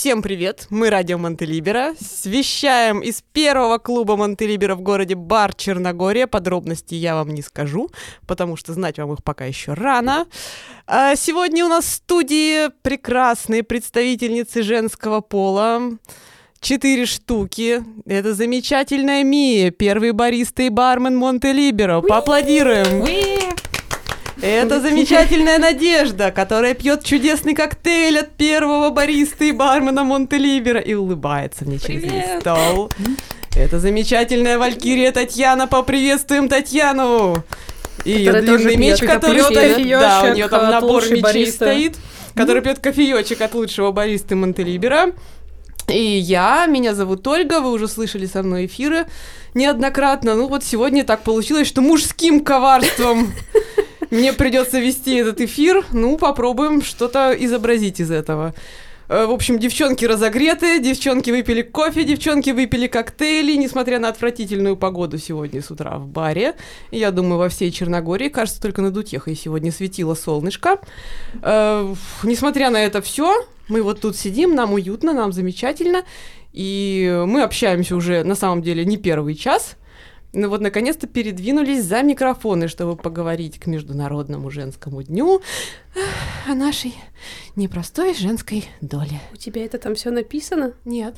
Всем привет, мы радио Монтелиберо, вещаем из первого клуба Монтелиберо в городе Бар Черногория. Подробности я вам не скажу, потому что знать вам их пока еще рано. Сегодня у нас в студии прекрасные представительницы женского пола. 4 штуки. Это замечательная Мия, первый бариста и бармен Монтелиберо. Поаплодируем! Это замечательная Надежда, которая пьет чудесный коктейль от первого бариста и бармена Монтелиберо и улыбается мне через весь стол. Это замечательная Валькирия Татьяна. Поприветствуем Татьяну! И ее длинный меч, который стоит. Да, у нее там набор мечей стоит, который пьет кофеечек от лучшего баристы Монтелиберо. И меня зовут Ольга, вы уже слышали со мной эфиры неоднократно. Ну вот сегодня так получилось, что мужским коварством мне придется вести этот эфир. Ну, попробуем что-то изобразить из этого. В общем, девчонки разогреты, девчонки выпили кофе, девчонки выпили коктейли, несмотря на отвратительную погоду сегодня с утра в баре. И я думаю, во всей Черногории, кажется, только над Утехой сегодня светило солнышко. Несмотря на это все, мы вот тут сидим, нам уютно, нам замечательно. И мы общаемся уже, на самом деле, не первый час. Ну вот, наконец-то передвинулись за микрофоны, чтобы поговорить к Международному женскому дню о нашей непростой женской доле. У тебя это там все написано? Нет.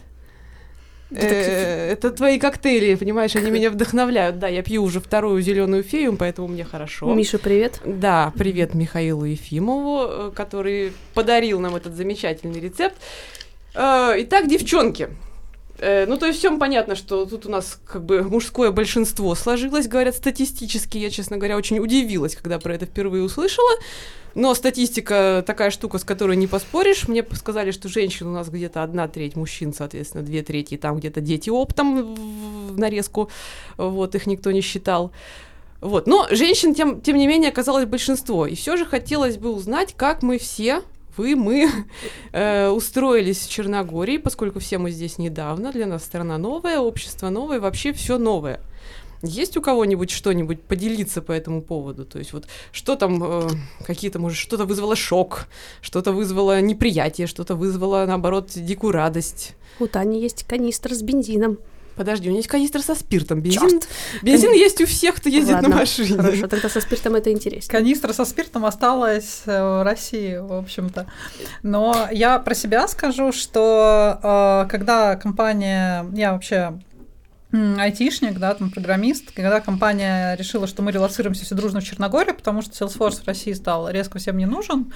Это твои коктейли, понимаешь, они меня вдохновляют. Да, я пью уже 2-ю зеленую фею, поэтому мне хорошо. Миша, привет. Да, привет Михаилу Ефимову, который подарил нам этот замечательный рецепт. Итак, девчонки. Ну, то есть всем понятно, что тут у нас как бы мужское большинство сложилось, говорят, статистически. Я, честно говоря, очень удивилась, когда про это впервые услышала. Но статистика такая штука, с которой не поспоришь. Мне сказали, что женщин у нас где-то 1/3, мужчин, соответственно, 2/3. Там где-то дети оптом в нарезку. Вот, их никто не считал. Вот. Но женщин, тем не менее, оказалось большинство. И все же хотелось бы узнать, как мы все... мы устроились в Черногории, поскольку все мы здесь недавно, для нас страна новая, общество новое, вообще все новое. Есть у кого-нибудь что-нибудь поделиться по этому поводу? То есть вот что там, какие-то, может, что-то вызвало шок, что-то вызвало неприятие, что-то вызвало, наоборот, дикую радость. У Тани есть канистра с бензином. Подожди, у меня есть канистра со спиртом. Бензин есть у всех, кто ездит на машине. Хорошо, тогда со спиртом это интересно. Канистра со спиртом осталась в России, в общем-то. Но я про себя скажу, что когда компания... Я вообще айтишник, да, там программист, когда компания решила, что мы релоцируемся все дружно в Черногорию, потому что Salesforce в России стал резко всем не нужен,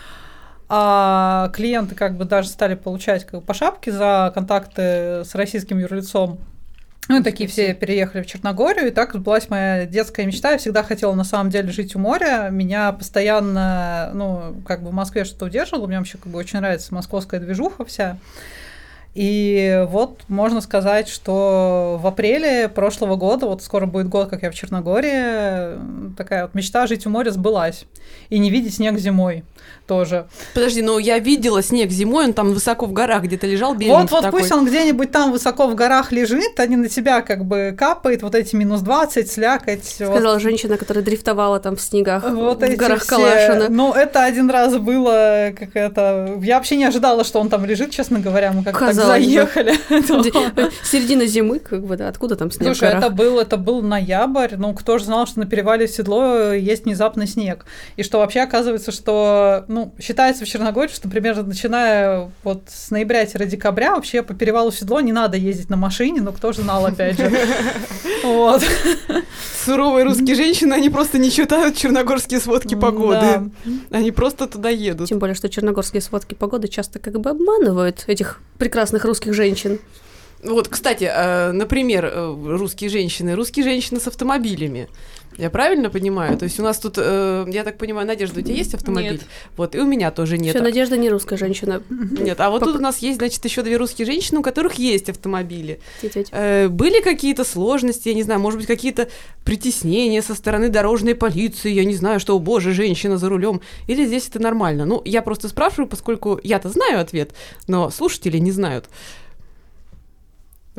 а клиенты как бы даже стали получать как бы по шапке за контакты с российским юрлицом. Ну, такие все переехали в Черногорию, и так сбылась моя детская мечта. Я всегда хотела, на самом деле, жить у моря. Меня постоянно, ну, как бы в Москве что-то удерживало. Мне вообще как бы очень нравится московская движуха вся. И вот можно сказать, что в апреле прошлого года, вот скоро будет год, как я в Черногории, такая вот мечта жить у моря сбылась. И не видеть снег зимой тоже. Подожди, но я видела снег зимой, он там высоко в горах где-то лежал, беленький вот такой. Пусть он где-нибудь там высоко в горах лежит, а не на тебя как бы капает, вот эти -20, слякоть. Сказала вот. Женщина, которая дрифтовала там в снегах, вот в горах Калашина. Ну, это один раз было, как это... Я вообще не ожидала, что он там лежит, честно говоря, мы как-то так заехали. Середина зимы, как бы, да, откуда там снег? Слушай, это был ноябрь, ну, кто же знал, что на перевале в Седло есть внезапный снег. И что вообще оказывается, что, ну, считается в Черногории, что примерно начиная вот с ноября-декабря вообще по перевалу в Седло не надо ездить на машине, но кто же знал, опять же. Вот. Суровые русские женщины, они просто не читают черногорские сводки погоды. Они просто туда едут. Тем более, что черногорские сводки погоды часто как бы обманывают этих прекрасных русских женщин. Вот, кстати, например, русские женщины с автомобилями. Я правильно понимаю? То есть у нас тут, я так понимаю, Надежда, у тебя есть автомобиль? Нет. Вот, и у меня тоже нет. Всё, Надежда не русская женщина. Нет, а вот тут у нас есть, значит, еще 2 русские женщины, у которых есть автомобили. Были какие-то сложности, я не знаю, может быть, какие-то притеснения со стороны дорожной полиции, я не знаю, что, о боже, женщина за рулем, или здесь это нормально? Ну, я просто спрашиваю, поскольку я-то знаю ответ, но слушатели не знают.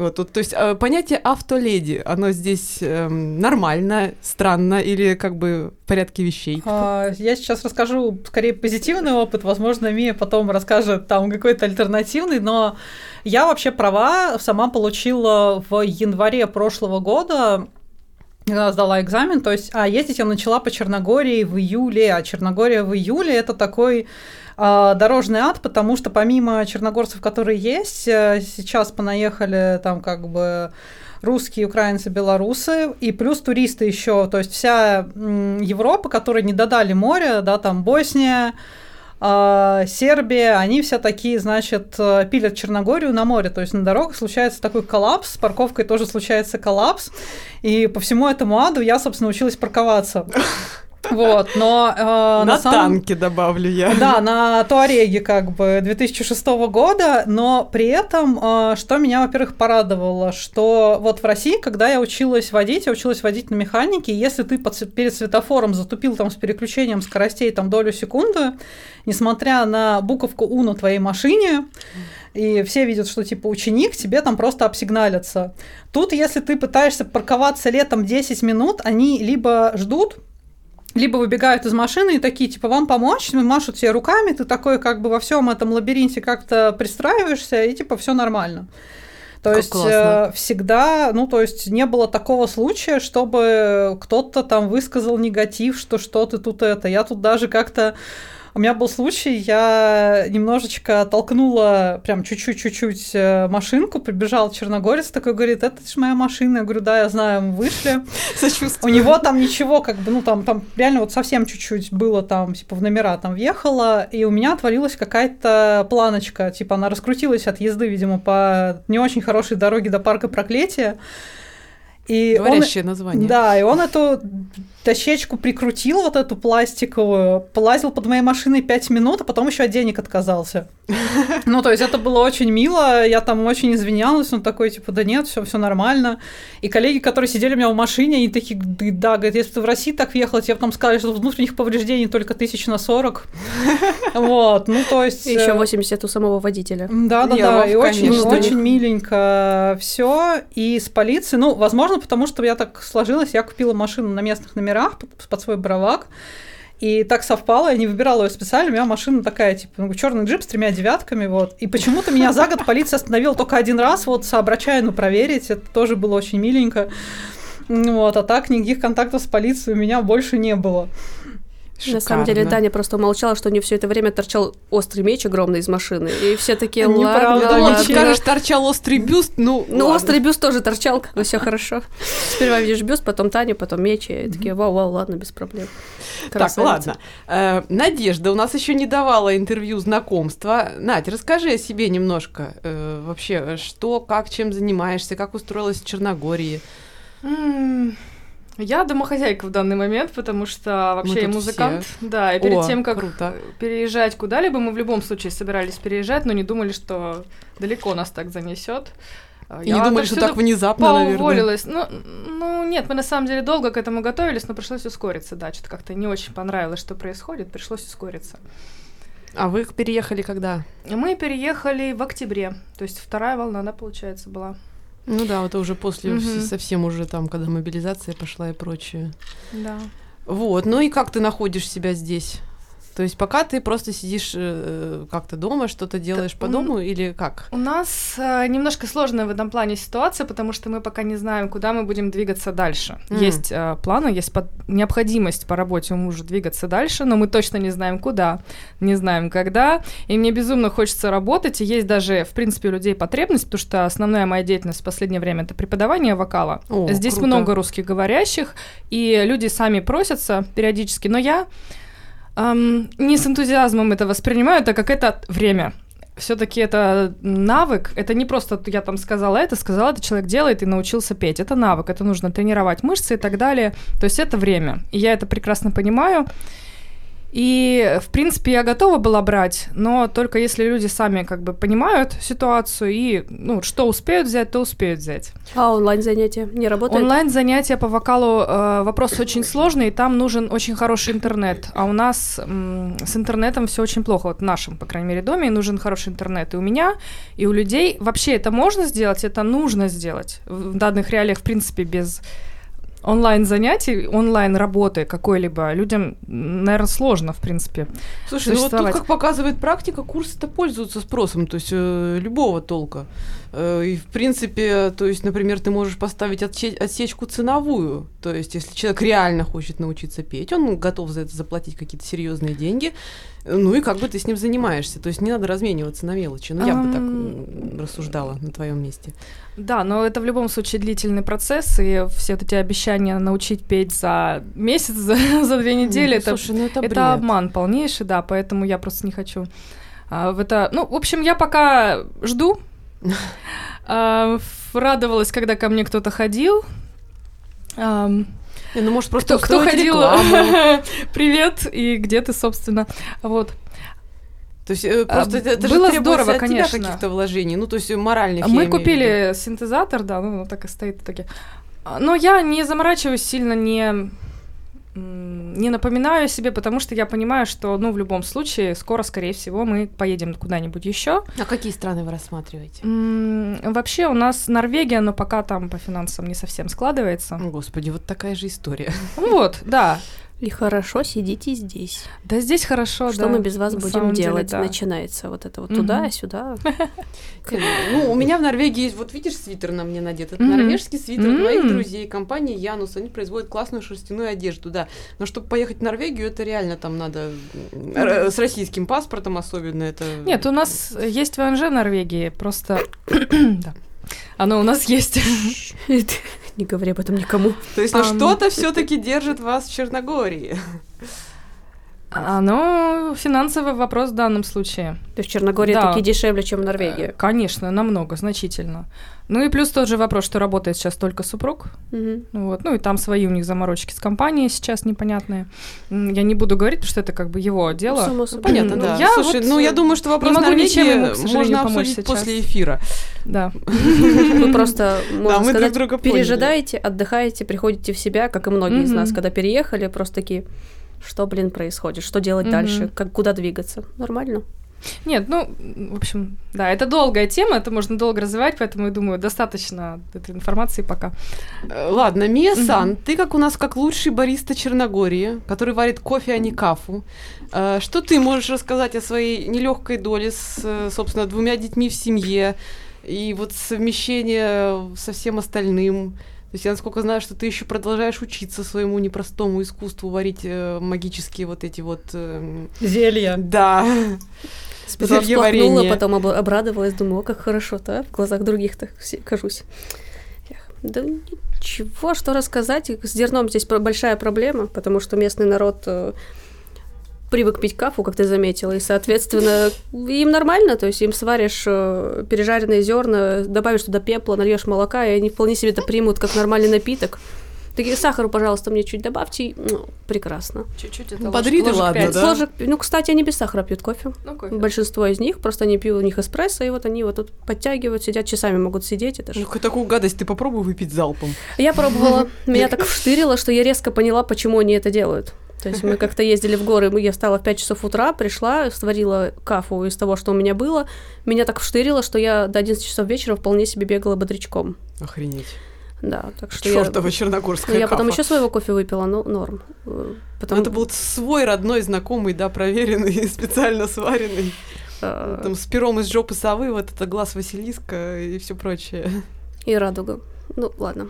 Вот тут, то есть понятие автоледи, оно здесь нормально, странно или как бы в порядке вещей? Я сейчас расскажу скорее позитивный опыт, возможно, Мия потом расскажет там какой-то альтернативный, но я вообще права сама получила в январе прошлого года, когда сдала экзамен, то есть, ездить я начала по Черногории в июле, а Черногория в июле – это такой дорожный ад, потому что помимо черногорцев, которые есть, сейчас понаехали там как бы русские, украинцы, белорусы, и плюс туристы еще, то есть вся Европа, которая не додали моря, да, там Босния, Сербия, они все такие, значит, пилят Черногорию на море, то есть на дорогах случается такой коллапс, с парковкой тоже случается коллапс, и по всему этому аду я, собственно, училась парковаться. Вот, но на танке добавлю я. Да, на Туареге как бы 2006 года, но при этом, что меня, во-первых, порадовало, что вот в России, когда я училась водить на механике, если ты перед светофором затупил там с переключением скоростей там долю секунды, несмотря на буковку «У» на твоей машине, и все видят, что типа ученик, тебе там просто обсигналятся. Тут, если ты пытаешься парковаться летом 10 минут, они либо ждут, либо выбегают из машины и такие, типа, вам помочь? Машут тебе руками, ты такой как бы во всем этом лабиринте как-то пристраиваешься, и типа все нормально. То есть всегда, ну, то есть не было такого случая, чтобы кто-то там высказал негатив, что ты тут это. Я тут даже как-то... У меня был случай, я немножечко толкнула прям чуть-чуть машинку, прибежал черногорец, такой говорит, это же моя машина. Я говорю, да, я знаю, мы вышли. Сочувствую. У него там ничего, как бы, ну, там реально вот совсем чуть-чуть было там, типа, в номера там въехала, и у меня отвалилась какая-то планочка, типа, она раскрутилась от езды, видимо, по не очень хорошей дороге до парка Проклятия. И говорящее название. Да, и он эту дощечку прикрутил, вот эту пластиковую, полазил под моей машиной 5 минут, а потом еще от денег отказался. Ну, то есть это было очень мило, я там очень извинялась, он такой, типа, да нет, все нормально. И коллеги, которые сидели у меня в машине, они такие, да, говорят, если ты в России так въехала, тебе потом сказали, что внутренних повреждений только 1040. Вот, ну, то есть... И еще 80 у самого водителя. Да, и очень миленько все. И с полицией, ну, возможно, потому что я так сложилась, я купила машину на местных номерах под свой бравак, и так совпало, я не выбирала ее специально, у меня машина такая, типа, черный джип с 3 девятками, вот. И почему-то меня за год полиция остановила только один раз, вот, с Обрачайну проверить, это тоже было очень миленько. Вот, а так никаких контактов с полицией у меня больше не было. Шикарно. На самом деле Таня просто умолчала, что у нее все это время торчал острый меч огромный из машины, и все такие, ладно. Скажешь, торчал острый бюст, ну острый бюст тоже торчал, как бы все хорошо. Сперва видишь бюст, потом Таню, потом меч, и такие, вау, ладно, без проблем. Красавица. Так, ладно. Надежда у нас еще не давала интервью знакомства. Надь, расскажи о себе немножко. Вообще, что, как, чем занимаешься, как устроилась в Черногории? Я домохозяйка в данный момент, потому что вообще я музыкант. Все. Да, и перед тем, как переезжать куда-либо, мы в любом случае собирались переезжать, но не думали, что далеко нас так занесет. И не думали, что так внезапно, наверное. Поуволилась. Ну, нет, мы на самом деле долго к этому готовились, но пришлось ускориться, да, что-то как-то не очень понравилось, что происходит, пришлось ускориться. А вы переехали когда? Мы переехали в октябре, то есть вторая волна, она, получается, была. Ну да, это уже после совсем уже там, когда мобилизация пошла и прочее. Да. Вот, ну и как ты находишь себя здесь? То есть пока ты просто сидишь как-то дома, что-то делаешь по дому или как? У нас немножко сложная в этом плане ситуация, потому что мы пока не знаем, куда мы будем двигаться дальше. Есть планы, есть необходимость по работе у мужа двигаться дальше, но мы точно не знаем, куда, не знаем, когда. И мне безумно хочется работать, и есть даже, в принципе, у людей потребность, потому что основная моя деятельность в последнее время — это преподавание вокала. Здесь круто. Много русскоговорящих, и люди сами просятся периодически, но я... не с энтузиазмом это воспринимаю, так как это время. Все-таки это навык, это не просто я там сказала это, человек делает и научился петь. Это навык, это нужно тренировать мышцы и так далее. То есть это время. И я это прекрасно понимаю. И, в принципе, я готова была брать, но только если люди сами как бы понимают ситуацию и, ну, что успеют взять, то успеют взять. А онлайн-занятия не работают? Онлайн-занятия по вокалу вопрос очень сложный, и там нужен очень хороший интернет. А у нас с интернетом все очень плохо. Вот в нашем, по крайней мере, доме нужен хороший интернет. И у меня, и у людей. Вообще это можно сделать, это нужно сделать. В данных реалиях, в принципе, без онлайн-занятий, онлайн-работы какой-либо людям, наверное, сложно, в принципе, Слушай, ну вот тут, как показывает практика, курсы-то пользуются спросом, то есть любого толка. И, в принципе, то есть, например, ты можешь поставить отсечку ценовую, то есть, если человек реально хочет научиться петь, он готов за это заплатить какие-то серьезные деньги, ну и как бы ты с ним занимаешься, то есть не надо размениваться на мелочи, ну я бы так рассуждала на твоем месте. Да, но это в любом случае длительный процесс, и все вот эти обещания научить петь за месяц, за 2 недели, это обман полнейший, да, поэтому я просто не хочу в это... Ну, в общем, я пока жду. Радовалась, когда ко мне кто-то ходил. Ну, может, просто кто ходил? Привет, и где ты, собственно, вот. То есть просто это было же здорово, от тебя конечно. каких-то вложений, ну, то есть моральных. Мы купили синтезатор, да, ну, так и стоит в итоге. Но я не заморачиваюсь сильно, не напоминаю о себе, потому что я понимаю, что, ну, в любом случае, скоро, скорее всего, мы поедем куда-нибудь еще. А какие страны вы рассматриваете? Вообще у нас Норвегия, но пока там по финансам не совсем складывается. О, Господи, вот такая же история. Вот, да. И хорошо, сидите здесь. Да, здесь хорошо, Что да. мы без вас будем делать? Да. Начинается вот это вот туда-сюда. Ну, у меня в Норвегии есть, вот видишь, свитер на мне надет. Это норвежский свитер моих друзей, компании Янус. Они производят классную шерстяную одежду, да. Но чтобы поехать в Норвегию, это реально там надо с российским паспортом особенно. Это... Нет, у нас есть ВНЖ в Норвегии, просто... Да. Оно у нас есть. Не говори об этом никому. То есть, ну что-то все-таки держит вас в Черногории. Ну, финансовый вопрос в данном случае. То есть в Черногории таки дешевле, чем в Норвегии? Конечно, намного, значительно. Ну и плюс тот же вопрос, что работает сейчас только супруг. Вот. Ну и там свои у них заморочки с компанией сейчас непонятные. Я не буду говорить, потому что это как бы его дело. Само собой. Понятно, да. Слушай, ну я думаю, что вопрос Норвегии можно обсудить после эфира. Да. Вы просто, можно сказать, друг друга пережидаете, отдыхаете, приходите в себя, как и многие из нас, когда переехали, просто такие... Что, происходит? Что делать дальше? Куда двигаться? Нормально? Нет, ну, в общем, да, это долгая тема, это можно долго развивать, поэтому, я думаю, достаточно этой информации пока. Ладно, Мия-сан, ты как у нас как лучший бариста Черногории, который варит кофе, а не кафу. Что ты можешь рассказать о своей нелегкой доле с, собственно, 2 детьми в семье и вот совмещение со всем остальным? То есть я, насколько знаю, что ты еще продолжаешь учиться своему непростому искусству варить магические вот эти вот... Зелья. Да. Сперва всплакнула, потом обрадовалась, думаю, как хорошо-то, а? В глазах других-то кажусь. Да ничего, что рассказать. С зерном здесь большая проблема, потому что местный народ... привык пить кафу, как ты заметила, и, соответственно, им нормально, то есть им сваришь пережаренные зерна, добавишь туда пепла, нальешь молока, и они вполне себе это примут как нормальный напиток. Такие, сахару, пожалуйста, мне чуть добавьте, ну, прекрасно. Чуть-чуть это Бодри ты, ладно, да? Ну, кстати, они без сахара пьют кофе. Ну, кофе. Большинство из них, просто они пьют у них эспрессо, и вот они вот тут подтягивают, сидят, часами могут сидеть. Это ну, такую гадость ты попробуй выпить залпом. Я пробовала, меня так вштырило, что я резко поняла, почему они это делают. То есть мы как-то ездили в горы, я встала в 5 часов утра, пришла, сварила кафу из того, что у меня было. Меня так вштырило, что я до 11 часов вечера вполне себе бегала бодрячком. Охренеть. Да, так что чёртова черногорская я кафа. потом еще своего кофе выпила, ну, норм. Это был свой родной, знакомый, да, проверенный, специально сваренный. Там с пером из жопы совы, вот это глаз Василиска и все прочее. И радуга. Ну, ладно.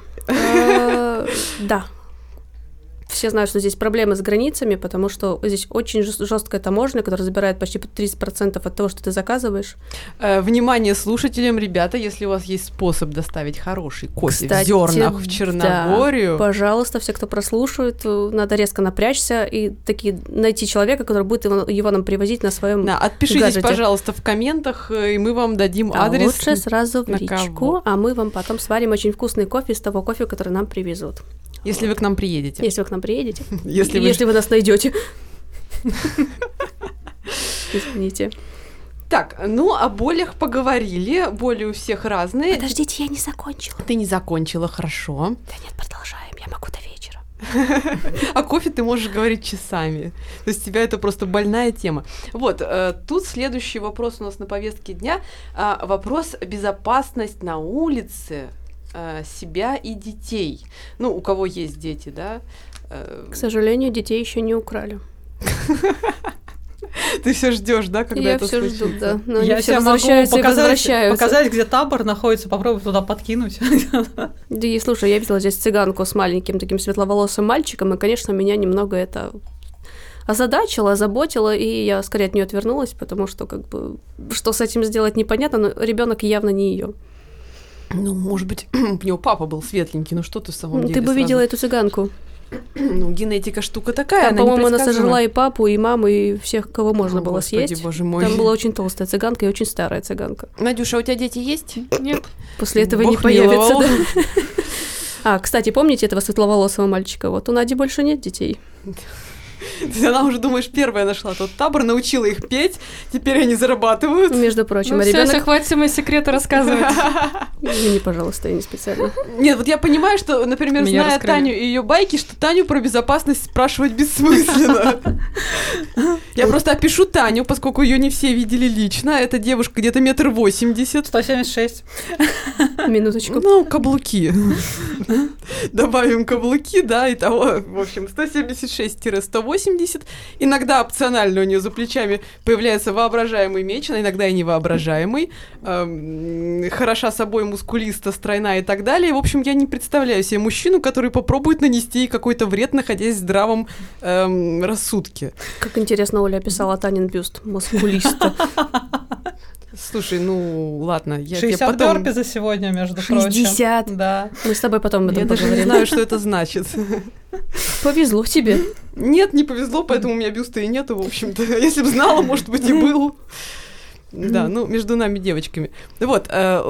Да. Все знают, что здесь проблемы с границами, потому что здесь очень жесткая таможня, которая забирает почти 30% от того, что ты заказываешь. Внимание слушателям, ребята, если у вас есть способ доставить хороший кофе в зернах в Черногорию... Да, пожалуйста, все, кто прослушает, надо резко напрячься и таки найти человека, который будет его нам привозить на своем отпишитесь, гаджете. Пожалуйста, в комментах, и мы вам дадим адрес. Лучше сразу в личку, а мы вам потом сварим очень вкусный кофе из того кофе, который нам привезут. Если вы к нам приедете. Если вы к нам приедете. Если вы нас найдете. Извините. Так, ну, о болях поговорили, боли у всех разные. Подождите, я не закончила. Ты не закончила, хорошо. Да нет, продолжаем, я могу до вечера. О кофе ты можешь говорить часами. То есть у тебя это просто больная тема. Вот, тут следующий вопрос у нас на повестке дня. Вопрос безопасность на улице себя и детей. Ну, у кого есть дети, да? К сожалению, детей еще не украли. Ты все ждешь, да, когда я это все случится? жду, да. Но Я они все тебе могу возвращаются и возвращаются. показать, где табор находится, попробуй туда подкинуть. Да и слушай, я видела здесь цыганку с маленьким таким светловолосым мальчиком, и, конечно, меня немного это озадачило, озаботило, и я скорее от нее отвернулась, потому что, как бы, что с этим сделать непонятно, но ребенок явно не ее. Ну, может быть, у него папа был светленький, ну что ты в самом деле Ты бы видела эту цыганку. Ну, генетика штука такая, там, по-моему, она сожрала и папу, и маму, и всех, кого можно было Господи, съесть. боже мой. Там была очень толстая цыганка и очень старая цыганка. Надюша, у тебя дети есть? Нет. После этого Бог не появится, миловал. да. Кстати, помните этого светловолосого мальчика? Вот у Нади больше нет детей. Она уже, думаешь, первая нашла тот табор, научила их петь, теперь они зарабатывают. Между прочим, Ну, а всё, ребенок... хватит мои секреты рассказывать. Извини, пожалуйста, я не специально. Нет, вот я понимаю, что, например, Меня зная раскрыли. Таню и ее байки, что Таню про безопасность спрашивать бессмысленно. Я просто опишу Таню, поскольку ее не все видели лично. Эта девушка где-то 1,80 м. 176. Минуточку. Ну, каблуки. Добавим каблуки, да, и того, в общем, 176-180. Иногда опционально у нее за плечами появляется воображаемый меч, а иногда и невоображаемый. Хороша собой, мускулиста, стройная и так далее. В общем, я не представляю себе мужчину, который попробует нанести ей какой-то вред, находясь в здравом рассудке. Как интересно Оля описала Танин бюст, мускулиста. Слушай, ну ладно, я 60 тебе потом... бёрпи за сегодня, между прочим. 60? Да. Мы с тобой потом об этом Я даже не поговорим. знаю, что это значит. Повезло тебе. Нет, не повезло, поэтому у меня бюста и нету, в общем-то. Если бы знала, может быть, и был. Да, ну, между нами девочками. Вот,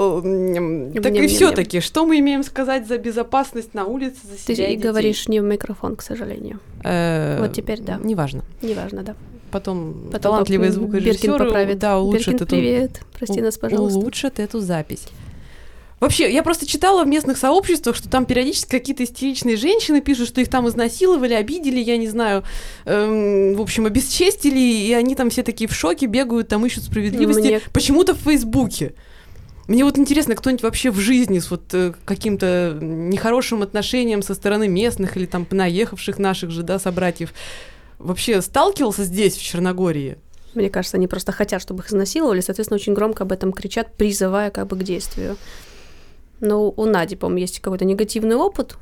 так и все-таки, что мы имеем сказать за безопасность на улице, за себя и Ты детей? говоришь не в микрофон, к сожалению. Вот теперь да. Неважно. Неважно, да. Потом талантливые Биркин звукорежиссеры, поправит. да, улучшат Биркин, эту... привет. Прости нас, пожалуйста. Улучшат эту запись. Вообще, я просто читала в местных сообществах, что там периодически какие-то истеричные женщины пишут, что их там изнасиловали, обидели, я не знаю, в общем, обесчестили, и они там все такие в шоке, бегают, там ищут справедливости. Почему-то в Фейсбуке. Мне вот интересно, кто-нибудь вообще в жизни с вот каким-то нехорошим отношением со стороны местных или там понаехавших наших же, да, собратьев, вообще сталкивался здесь, в Черногории? Мне кажется, они просто хотят, чтобы их изнасиловали, соответственно, очень громко об этом кричат, призывая как бы к действию. Но у Нади, по-моему, есть какой-то негативный опыт.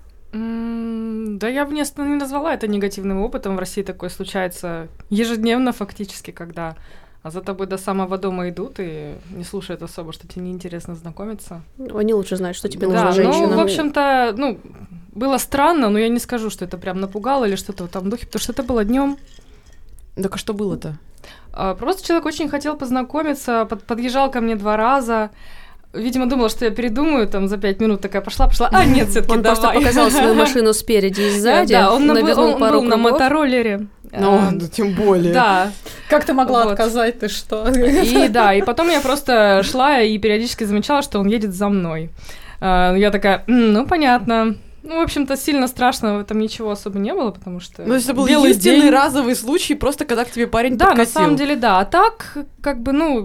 Да я бы не назвала это негативным опытом. В России такое случается ежедневно фактически, когда за тобой до самого дома идут и не слушают особо, что тебе неинтересно знакомиться. Они лучше знают, что тебе да, нужна женщина. Ну, в общем-то, было странно, но я не скажу, что это прям напугало или что-то в этом духе, потому что это было днем. Так а что было-то? Просто человек очень хотел познакомиться, подъезжал ко мне 2 раза. Видимо, думала, что я передумаю, там за 5 минут такая пошла, а нет, всё-таки он давай. просто показал свою машину спереди и сзади, да, он навернул пару был на кругов. мотороллере. Ну, тем более. Да. Как ты могла отказать, ты что? И потом я просто шла и периодически замечала, что он едет за мной. Я такая, ну, понятно. Ну, в общем-то, сильно страшного в этом ничего особо не было, потому что... Ну, это был единственный разовый случай, просто когда к тебе парень подкатил. Да, на самом деле, да. А так, как бы,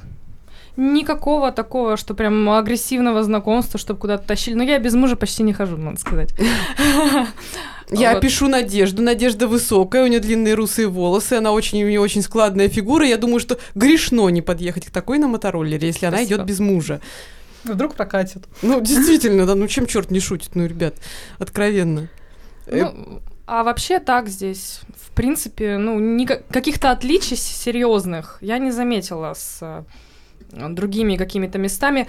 никакого такого, что прям агрессивного знакомства, чтобы куда-то тащили. Но я без мужа почти не хожу, надо сказать. Я пишу Надежду. Надежда высокая, у нее длинные русые волосы, у нее очень складная фигура. Я думаю, что грешно не подъехать к такой на мотороллере, если она идет без мужа. Вдруг прокатит. Ну, действительно, да, чем черт не шутит, ребят, откровенно. А вообще так здесь, в принципе, каких-то отличий серьезных я не заметила с другими какими-то местами.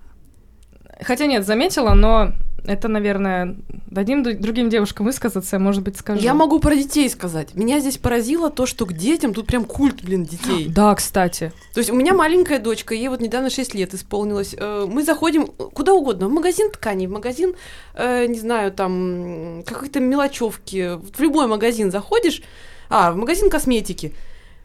Хотя нет, заметила, но это, наверное, дадим другим девушкам высказаться, я, может быть, скажу. Я могу про детей сказать. Меня здесь поразило то, что к детям тут прям культ, детей. Да, кстати. То есть у меня маленькая дочка, ей вот недавно 6 лет исполнилось. Мы заходим куда угодно, в магазин тканей, в магазин, не знаю, там, какой-то мелочевки. В любой магазин заходишь, в магазин косметики.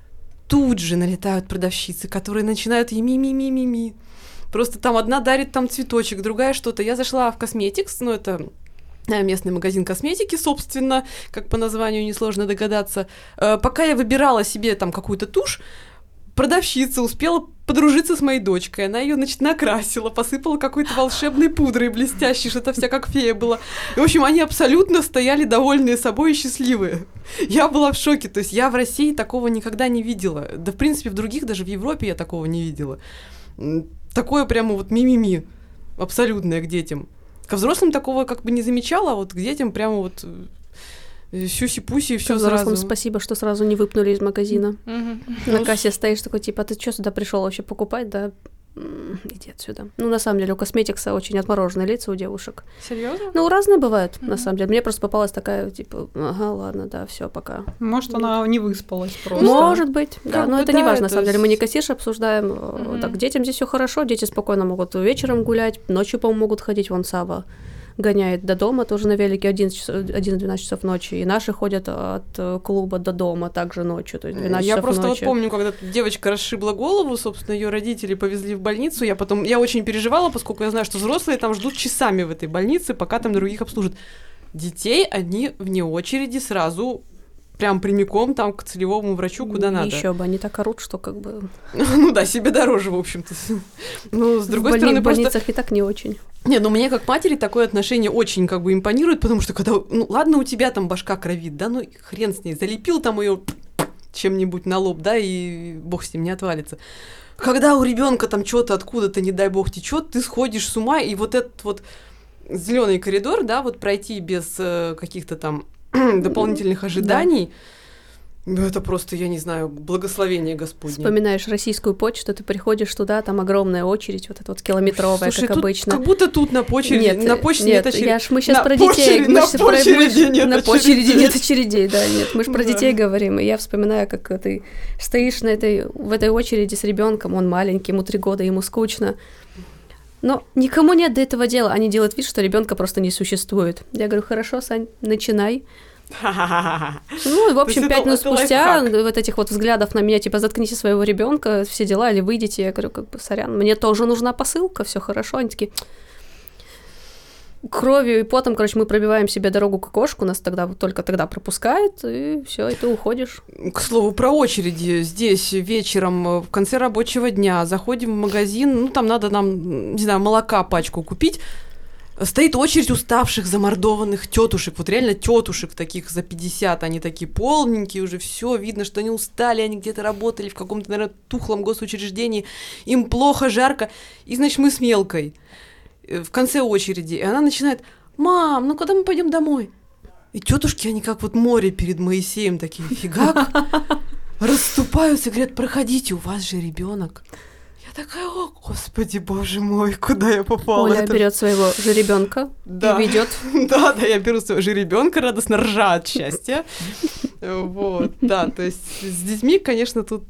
Тут же налетают продавщицы, которые начинают ми-ми-ми-ми-ми. Просто там одна дарит там цветочек, другая что-то. Я зашла в Косметикс, это местный магазин косметики, собственно, как по названию несложно догадаться. Пока я выбирала себе там какую-то тушь, продавщица успела подружиться с моей дочкой. Она ее, накрасила, посыпала какой-то волшебной пудрой блестящей, что-то вся как фея была. И, в общем, они абсолютно стояли довольные собой и счастливые. Я была в шоке. То есть я в России такого никогда не видела. Да, в принципе, в других, даже в Европе я такого не видела. Такое прямо вот ми-ми-ми. Абсолютное к детям. Ко взрослым такого как бы не замечала, а вот к детям прямо вот... сюси-пуси и все сразу. Спасибо, что сразу не выпнули из магазина. На кассе стоишь такой, типа, ты что сюда пришел вообще покупать, да? Иди отсюда. На самом деле, у Косметикса очень отмороженные лица у девушек. Серьезно? Разные бывают, на самом деле. Мне просто попалась такая, типа, ага, ладно, да, все, пока. Может, она не выспалась просто. Может быть, да, но это не важно, на самом деле. Мы не кассирш обсуждаем. Так, детям здесь все хорошо, дети спокойно могут вечером гулять, ночью, по-моему, могут ходить, вон Сава гоняет до дома, тоже на велике 11-12 часов ночи, и наши ходят от клуба до дома также ночью, то есть 12 часов ночи. Я просто вот помню, когда девочка расшибла голову, собственно, ее родители повезли в больницу, я очень переживала, поскольку я знаю, что взрослые там ждут часами в этой больнице, пока там других обслужат. Детей они вне очереди сразу прям прямиком там к целевому врачу, куда надо. Еще бы, они так орут, что как бы... себе дороже, в общем-то. С другой стороны, в больницах и так не очень. Мне как матери такое отношение очень как бы импонирует, потому что когда, ладно, у тебя там башка кровит, да, хрен с ней, залепил там ее чем-нибудь на лоб, да, и бог с ним не отвалится. Когда у ребенка там что-то откуда-то, не дай бог, течет, ты сходишь с ума, и вот этот вот зеленый коридор, да, вот пройти без каких-то там дополнительных ожиданий, это просто, я не знаю, благословение Господне. Вспоминаешь российскую почту, ты приходишь туда, там огромная очередь, вот эта вот километровая, слушай, как обычно. Как будто тут на почереди, на почте нет очередей. Мы сейчас про детей. На почереди нет очередей, да, нет. Мы же про детей говорим, и я вспоминаю, как ты стоишь в этой очереди с ребенком, он маленький, ему 3 года, ему скучно. Но никому нет до этого дела. Они делают вид, что ребенка просто не существует. Я говорю, хорошо, Сань, начинай. В общем, 5 минут спустя вот этих вот взглядов на меня, типа, заткните своего ребенка, все дела, или выйдите. Я говорю, как бы, сорян, мне тоже нужна посылка, все хорошо. Они такие... Кровью и потом, мы пробиваем себе дорогу к окошку, нас только тогда пропускают, и все, и ты уходишь. К слову, про очереди. Здесь вечером, в конце рабочего дня, заходим в магазин, там надо нам, не знаю, молока пачку купить. Стоит очередь уставших, замордованных тетушек, вот реально тетушек таких за 50, они такие полненькие уже, все видно, что они устали, они где-то работали в каком-то, наверное, тухлом госучреждении, им плохо, жарко, и, значит, мы с Мелкой в конце очереди, и она начинает: «Мам, когда мы пойдем домой?» И тетушки, они как вот море перед Моисеем, такие фигак, расступаются и говорят: «Проходите, у вас же ребенок». Я такая: «О, Господи, Боже мой, куда я попала?» Оля берет своего жеребенка и ведет. Да, я беру своего жеребенка, радостно ржа от счастья. Вот, да, то есть с детьми, конечно, тут,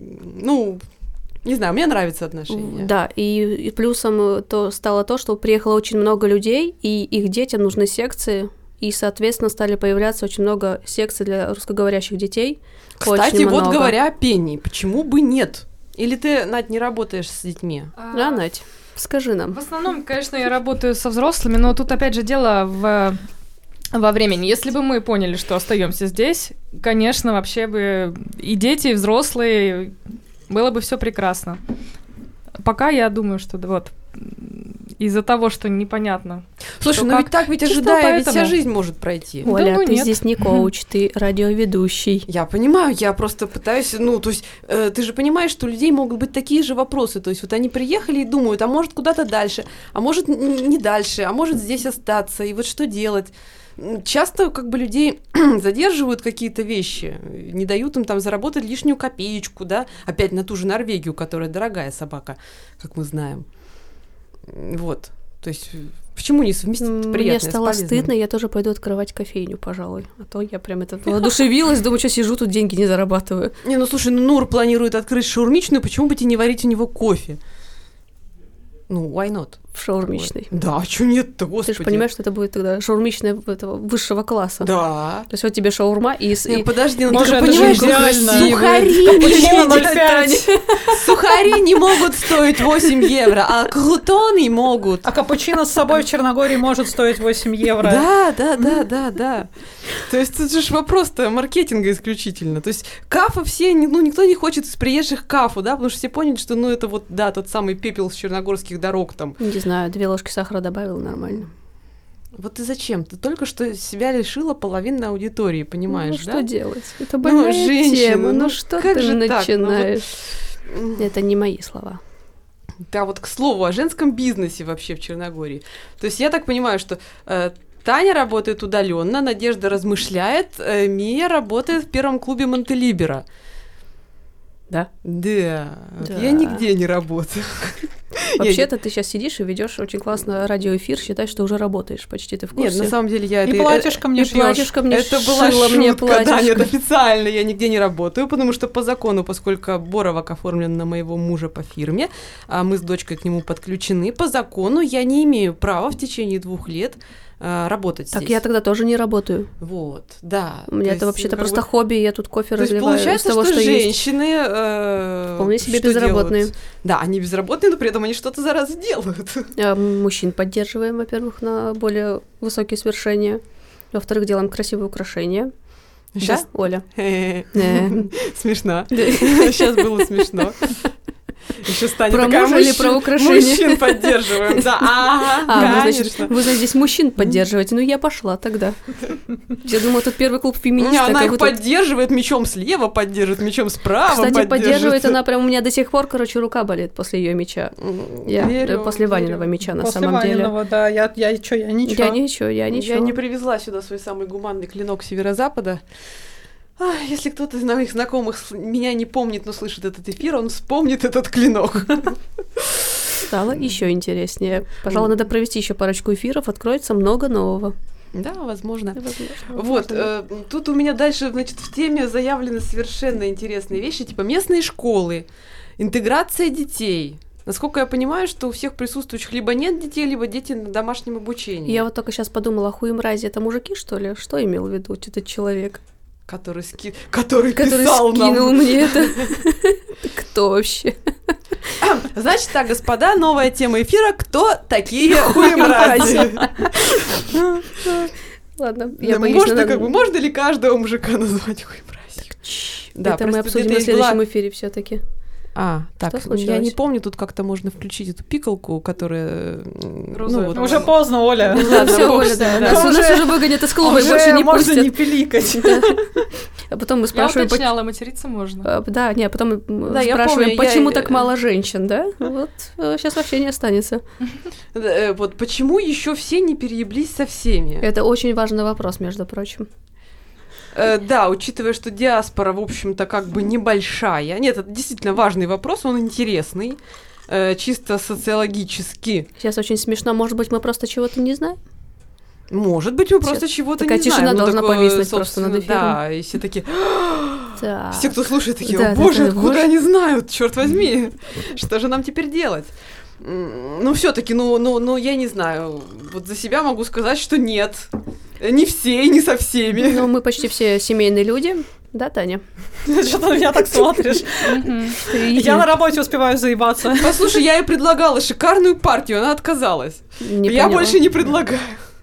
не знаю, мне нравится отношение. Да, и плюсом стало то, что приехало очень много людей, и их детям нужны секции, и, соответственно, стали появляться очень много секций для русскоговорящих детей. Кстати, вот говоря о пении, почему бы нет? Или ты, Надь, не работаешь с детьми? Да, Надь, скажи нам. В основном, конечно, я работаю со взрослыми, но тут опять же дело во времени. Если бы мы поняли, что остаемся здесь, конечно, вообще бы и дети, и взрослые, было бы все прекрасно. Пока я думаю, что вот из-за того, что непонятно. Слушай, ведь так ожидая, ведь вся жизнь может пройти. Оля, ты здесь не коуч, ты радиоведущий. Я понимаю, я просто пытаюсь, то есть ты же понимаешь, что у людей могут быть такие же вопросы, то есть вот они приехали и думают, а может куда-то дальше, а может не дальше, а может здесь остаться, и вот что делать? Часто как бы людей задерживают какие-то вещи, не дают им там заработать лишнюю копеечку, да, опять на ту же Норвегию, которая дорогая собака, как мы знаем. Вот, то есть почему не совместить приятное с полезным? Мне стало стыдно, я тоже пойду открывать кофейню, пожалуй. А то я прям воодушевилась, думаю, что сижу тут, деньги не зарабатываю. Слушай, Нур планирует открыть шаурмичную, почему бы тебе не варить у него кофе? Ну, why not? В шаурмичной. Да, а чё нет-то, господи? Ты же понимаешь, что это будет тогда шаурмичная этого высшего класса. Да. То есть вот тебе шаурма и... Подожди, ну ты же понимаешь, сухари не могут стоить 8 евро, а крутоны могут. А капучино с собой в Черногории может стоить 8 евро. Да. То есть тут же вопрос-то маркетинга исключительно. То есть кафы все, никто не хочет из приезжих кафу, да, потому что все поняли, что, это вот, да, тот самый пепел с черногорских дорог там. Не знаю, 2 ложки сахара добавил, нормально. Вот и зачем? Ты только что себя лишила половины аудитории, понимаешь, да? что делать? Это больная тема. Что ты начинаешь? Это не мои слова. Да, вот к слову о женском бизнесе вообще в Черногории. То есть я так понимаю, что Таня работает удаленно, Надежда размышляет, Мия работает в первом клубе Монтелиберо. Да? Да. Я нигде не работаю. Вообще-то ты сейчас сидишь и ведешь очень классно радиоэфир, считай, что уже работаешь почти, ты в курсе? Нет, на самом деле я... И платьишко мне шьёшь. Платьишко мне это была шутка, да, нет, официально я нигде не работаю, потому что по закону, поскольку Боровак оформлен на моего мужа по фирме, а мы с дочкой к нему подключены, по закону я не имею права в течение 2 лет работать так здесь. я тогда тоже не работаю. Вот, да. У меня это вообще-то просто хобби, я тут кофе разливаю. То есть получается, того, что женщины... вполне себе безработные. Делают? Да, они безработные, но при этом они что-то за раз делают. Мужчин поддерживаем, во-первых, на более высокие свершения. Во-вторых, делаем красивые украшения. Сейчас? Да, Оля? Смешно. Сейчас было смешно. Еще станет про такая, мужа или про украшения? Мужчин поддерживаем, да, конечно. Вы, значит, здесь мужчин поддерживаете, я пошла тогда. Я думала, тут первый клуб феминисток. Она их поддерживает, мечом слева поддерживает, мечом справа. Кстати, поддерживает она прям, у меня до сих пор, рука болит после ее меча. После Ваниного меча, на самом деле. После Ваниного, да, я ничего. Я не привезла сюда свой самый гуманный клинок северо-запада. Если кто-то из моих знакомых меня не помнит, но слышит этот эфир, он вспомнит этот клинок. Стало еще интереснее. Пожалуй, надо провести еще парочку эфиров, откроется много нового. Да, возможно. Вот, тут у меня дальше, значит, в теме заявлены совершенно интересные вещи, типа местные школы, интеграция детей. Насколько я понимаю, что у всех присутствующих либо нет детей, либо дети на домашнем обучении. Я вот только сейчас подумала, хуемрази, это мужики, что ли? Что имел в виду этот человек? Который писал скинул мне это. Кто вообще? Значит так, господа, новая тема эфира. Кто такие хуемрази? Ладно, я боюсь. Можно ли каждого мужика назвать хуемразью? Это мы обсудим на следующем эфире все-таки. Так, я не помню, тут как-то можно включить эту пикалку, которая... Уже поздно, Оля. Все, Оля, да. Нас уже выгонят из клуба, больше не пустят. Можно не пиликать. А потом мы спрашиваем... Я уточняла, материться можно. Да, потом мы спрашиваем, почему так мало женщин, да? Вот сейчас вообще не останется. Вот почему еще все не перееблись со всеми? Это очень важный вопрос, между прочим. Да, учитывая, что диаспора, в общем-то, как бы небольшая. Нет, это действительно важный вопрос, он интересный, чисто социологически. Сейчас очень смешно. Может быть, мы просто чего-то не знаем? Может быть, мы просто чего-то не знаем. Такая тишина должна повиснуть просто над эфиром. Да, и все такие... Все, кто слушает, такие, о боже, откуда они знают, черт возьми, что же нам теперь делать? Ну, все-таки, я не знаю. Вот за себя могу сказать, что нет. Не все и не со всеми. Ну, мы почти все семейные люди. Да, Таня? Что ты на меня так смотришь? Я на работе успеваю заебаться. Послушай, я ей предлагала шикарную партию, она отказалась. Я больше не предлагаю.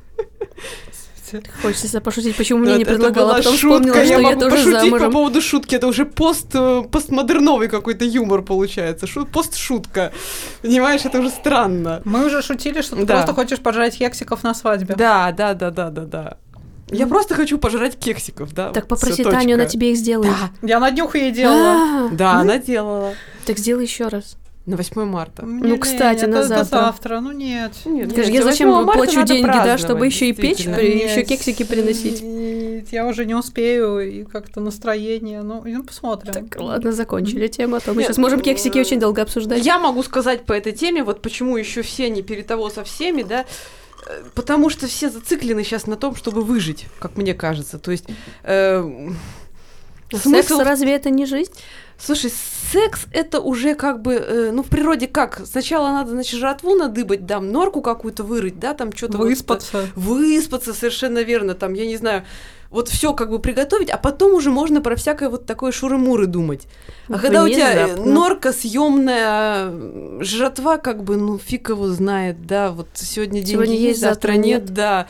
Хочется пошутить, почему мне не предлагала, потом вспомнила, что я тоже замужем. Пошутить по поводу шутки, это уже постмодерновый какой-то юмор получается, постшутка, понимаешь, это уже странно. Мы уже шутили, что ты просто хочешь пожрать кексиков на свадьбе. Да. Я просто хочу пожрать кексиков, да. Так попроси Таню, она тебе их сделает. Я на днюху ей делала. Да, она делала. Так сделай еще раз. На 8 марта. Кстати, на завтра. Завтра, нет. Я зачем плачу деньги, да, чтобы еще и печь, еще кексики приносить? Я уже не успею, и как-то настроение, посмотрим. Так, ладно, закончили тему, а то мы сейчас можем кексики очень долго обсуждать. Я могу сказать по этой теме, вот почему еще все не перед того со всеми, да, потому что все зациклены сейчас на том, чтобы выжить, как мне кажется, то есть... Секс разве это не жизнь? Слушай, секс это уже как бы, в природе как? Сначала надо, значит, жратву надыбать, да, норку какую-то вырыть, да, там что-то... Выспаться. Выспаться, совершенно верно, там, я не знаю, вот все как бы приготовить, а потом уже можно про всякое вот такое шуры-муры думать. А когда у тебя норка съемная, жратва, как бы, фиг его знает, да, вот сегодня деньги есть, завтра нет, да.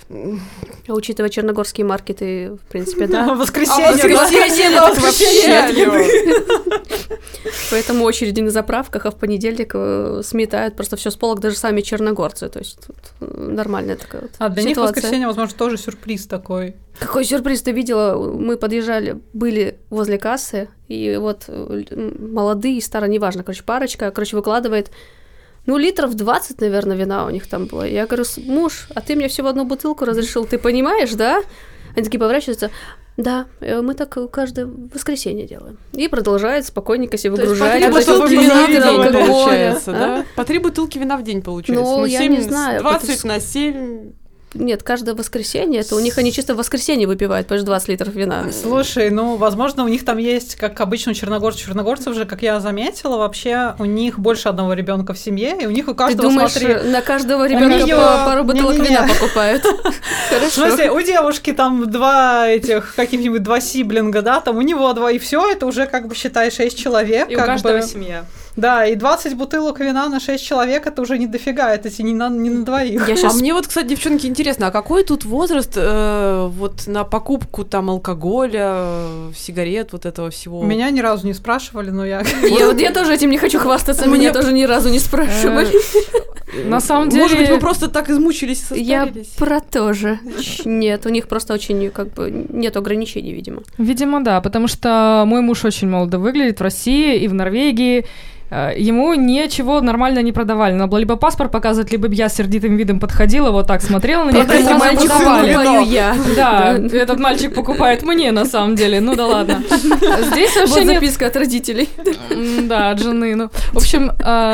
А учитывая черногорские маркеты, в принципе, да. Воскресенье вообще. Поэтому очереди на заправках, а в понедельник сметают просто все с полок, даже сами черногорцы, то есть тут нормальная такая вот ситуация. А для них воскресенье, возможно, тоже сюрприз такой. Какой сюрприз ты видела? Мы подъезжали, были возле кассы, и вот молодые и старые, неважно, парочка, выкладывает, литров 20, наверное, вина у них там было. Я говорю, муж, а ты мне всего одну бутылку разрешил, ты понимаешь, да? Они такие поворачиваются, да, мы так каждое воскресенье делаем. И продолжает спокойненько себе выгружать. По 3 бутылки вина в день получается, да? По 3 бутылки вина в день получается. Ну, я не знаю. 20 на 7... Нет, каждое воскресенье, это у них они чисто в воскресенье выпивают, потому что 20 литров вина. Слушай, возможно, у них там есть, как обычно у черногорцев же, как я заметила, вообще у них больше одного ребенка в семье, и у них у каждого, ты думаешь, на каждого ребенка по пару бутылок вина покупают? В смысле, у девушки там 2 сиблинга, да, там у него 2, и все, это уже, как бы, считай, 6 человек. И у каждого семья. Да, и 20 бутылок вина на 6 человек, это уже не дофига, это не на двоих. А мне вот, кстати, девчонки, интересно, а какой тут возраст вот на покупку там алкоголя, сигарет, вот этого всего? Меня ни разу не спрашивали, но я... Я тоже этим не хочу хвастаться, меня тоже ни разу не спрашивали. На самом деле... Может быть, вы просто так измучились и состарились? Я про то же. Нет, у них просто очень, как бы, нет ограничений, видимо. Видимо, да, потому что мой муж очень молодо выглядит в России и в Норвегии. Ему ничего нормально не продавали. Надо было либо паспорт показывать, либо я с сердитым видом подходила, вот так смотрела на них, и сразу продавали. Я. Да, этот мальчик покупает мне, на самом деле. Ну да ладно. Здесь вообще нет... записка от родителей. Да, от жены. В общем,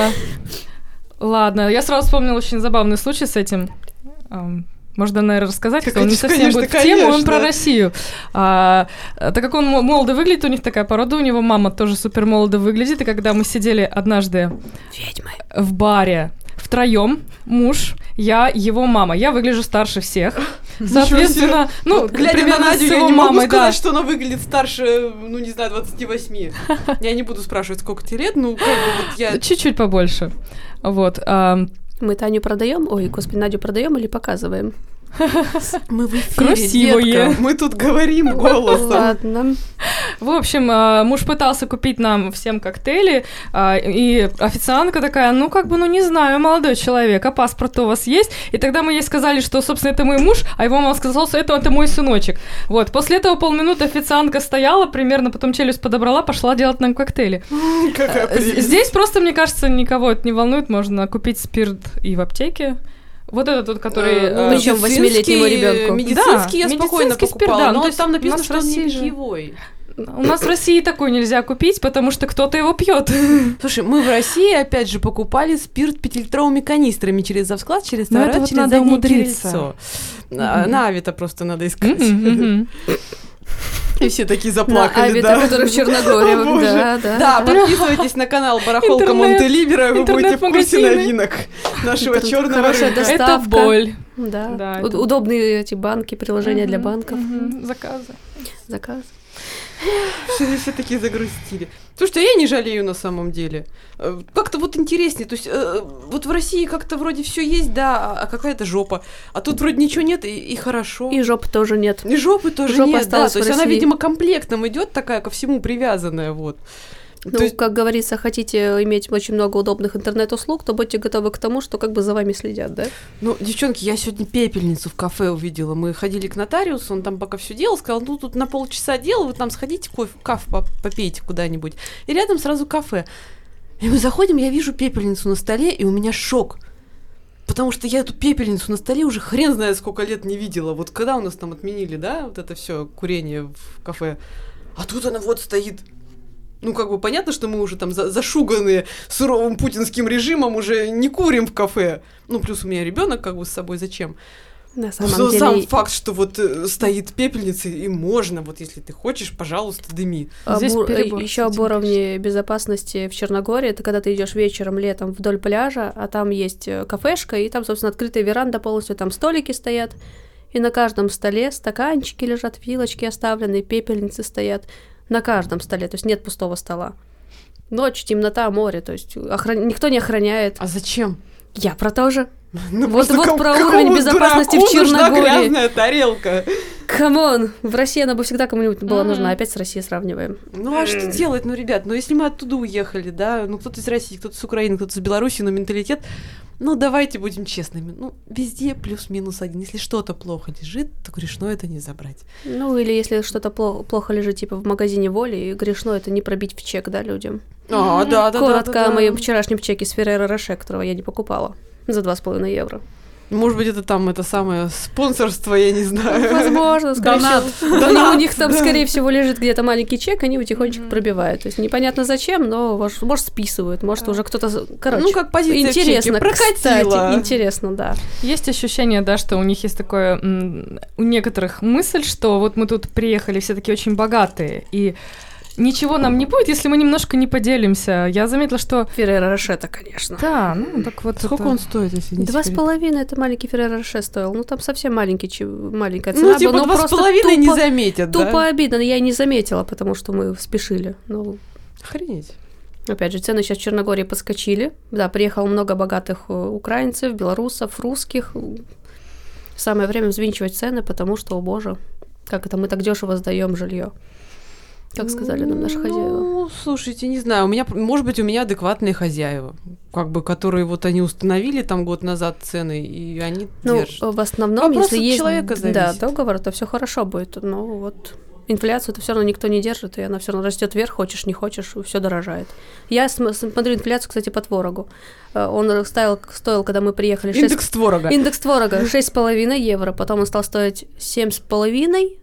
ладно. Я сразу вспомнила очень забавный случай с этим. Можно, наверное, рассказать, как он не совсем будет в тему, он про Россию. Так как он молодо выглядит, у них такая порода, у него мама тоже супер молодо выглядит, и когда мы сидели однажды в баре втроем, муж, я, его мама, я выгляжу старше всех, соответственно, глядя на Надю, я не могу сказать, что она выглядит старше, 28. Я не буду спрашивать, сколько тебе лет, я... Чуть-чуть побольше, вот. Мы Таню продаем? Ой, господи, Надю продаем или показываем? Мы в эфире, красивые. Детка. Мы тут говорим голосом. Ладно. В общем, муж пытался купить нам всем коктейли, и официантка такая, не знаю, молодой человек, а паспорт у вас есть? И тогда мы ей сказали, что, собственно, это мой муж, а его мама сказала, что это мой сыночек. Вот, после этого полминуты официантка стояла, примерно, потом челюсть подобрала, пошла делать нам коктейли. Здесь просто, мне кажется, никого это не волнует, можно купить спирт и в аптеке. Вот этот вот, который... Причем 8-летнему ребенку. Медицинский я спокойно покупала, да, но там написано, что он не питьевой. У нас в России такой нельзя купить, потому что кто-то его пьет. Слушай, мы в России, опять же, покупали спирт 5-литровыми канистрами через завсклад, через ресторан, через заднее умудриться. крыльцо. На Авито просто надо искать. И все такие заплакали, Авито, который в Черногории. Да, подписывайтесь на канал Барахолка Монтелибера, вы будете в курсе новинок нашего черного рынка. Это боль. Да. Удобные эти банки, приложения для банков. Заказы. Все такие загрустили. Слушай, я не жалею на самом деле. Как-то вот интереснее. То есть вот в России как-то вроде все есть, да, а какая-то жопа. А тут вроде ничего нет, и хорошо. И жопы тоже нет. И жопы тоже нет, да. То есть она, видимо, комплектом идет такая, ко всему привязанная, вот. Как говорится, хотите иметь очень много удобных интернет-услуг, то будьте готовы к тому, что как бы за вами следят, да? Девчонки, я сегодня пепельницу в кафе увидела. Мы ходили к нотариусу, он там пока все делал, сказал, тут на полчаса делал, вы там сходите, кафе попейте куда-нибудь. И рядом сразу кафе. И мы заходим, я вижу пепельницу на столе, и у меня шок. Потому что я эту пепельницу на столе уже хрен знает сколько лет не видела. Вот когда у нас там отменили, да, вот это все курение в кафе. А тут она вот стоит. Понятно, что мы уже там зашуганные суровым путинским режимом уже не курим в кафе. Плюс у меня ребенок с собой, зачем? На самом деле... Сам факт, что вот стоит пепельница, и можно, вот если ты хочешь, пожалуйста, дыми. Еще об уровне безопасности в Черногории, это когда ты идешь вечером, летом вдоль пляжа, а там есть кафешка, и там, собственно, открытая веранда полностью, там столики стоят, и на каждом столе стаканчики лежат, вилочки оставлены, пепельницы стоят на каждом столе, то есть нет пустого стола. Ночь, темнота, море, то есть никто не охраняет. А зачем? Я про то же. Ну, вот про уровень безопасности в Черногории. Грязная тарелка. Камон, в России она бы всегда кому-нибудь была нужна, опять с Россией сравниваем. Ну а что делать, ребят, если мы оттуда уехали, да, кто-то из России, кто-то с Украины, кто-то с Беларуси, но менталитет, давайте будем честными, везде плюс-минус один, если что-то плохо лежит, то грешно это не забрать. Или если что-то плохо лежит, типа в магазине Воли, и грешно это не пробить в чек, да, людям. Да. Коротко о моем вчерашнем чеке с Ферреро Роше, которого я не покупала, за 2,5 евро. Может быть, это там это самое спонсорство, я не знаю. Возможно, скорее всего. У них там, скорее всего, лежит где-то маленький чек, они его тихонечко пробивают. То есть непонятно зачем, но, может, списывают, может, уже кто-то... Короче, как позиция интересно, в чеке, прокатило. Кстати, интересно, да. Есть ощущение, да, что у них есть такое... У некоторых мысль, что вот мы тут приехали, все такие очень богатые, и... Ничего нам не будет, если мы немножко не поделимся. Я заметила, что... Ферреро Рошета, конечно. Да, так вот... Сколько он стоит, если не секрет? 2,5 это маленький Ферреро Роше стоил. Там совсем маленькая цена. Типа 2,5 не заметят, да? Тупо обидно, я и не заметила, потому что мы спешили. Охренеть. Опять же, цены сейчас в Черногории подскочили. Да, приехало много богатых украинцев, белорусов, русских. Самое время взвинчивать цены, потому что, о боже, как это мы так дешево сдаем жилье. Как сказали нам наши хозяева. Слушайте, не знаю, может быть, у меня адекватные хозяева, которые вот они установили там год назад цены, и они держат. В основном, если есть зависит. договор, то все хорошо будет. Но вот инфляцию это все равно никто не держит, и она все равно растет вверх, хочешь, не хочешь, все дорожает. Я смотрю инфляцию, кстати, по творогу. Он стоил, когда мы приехали... Индекс творога. Индекс творога 6,5 евро, потом он стал стоить 7,5,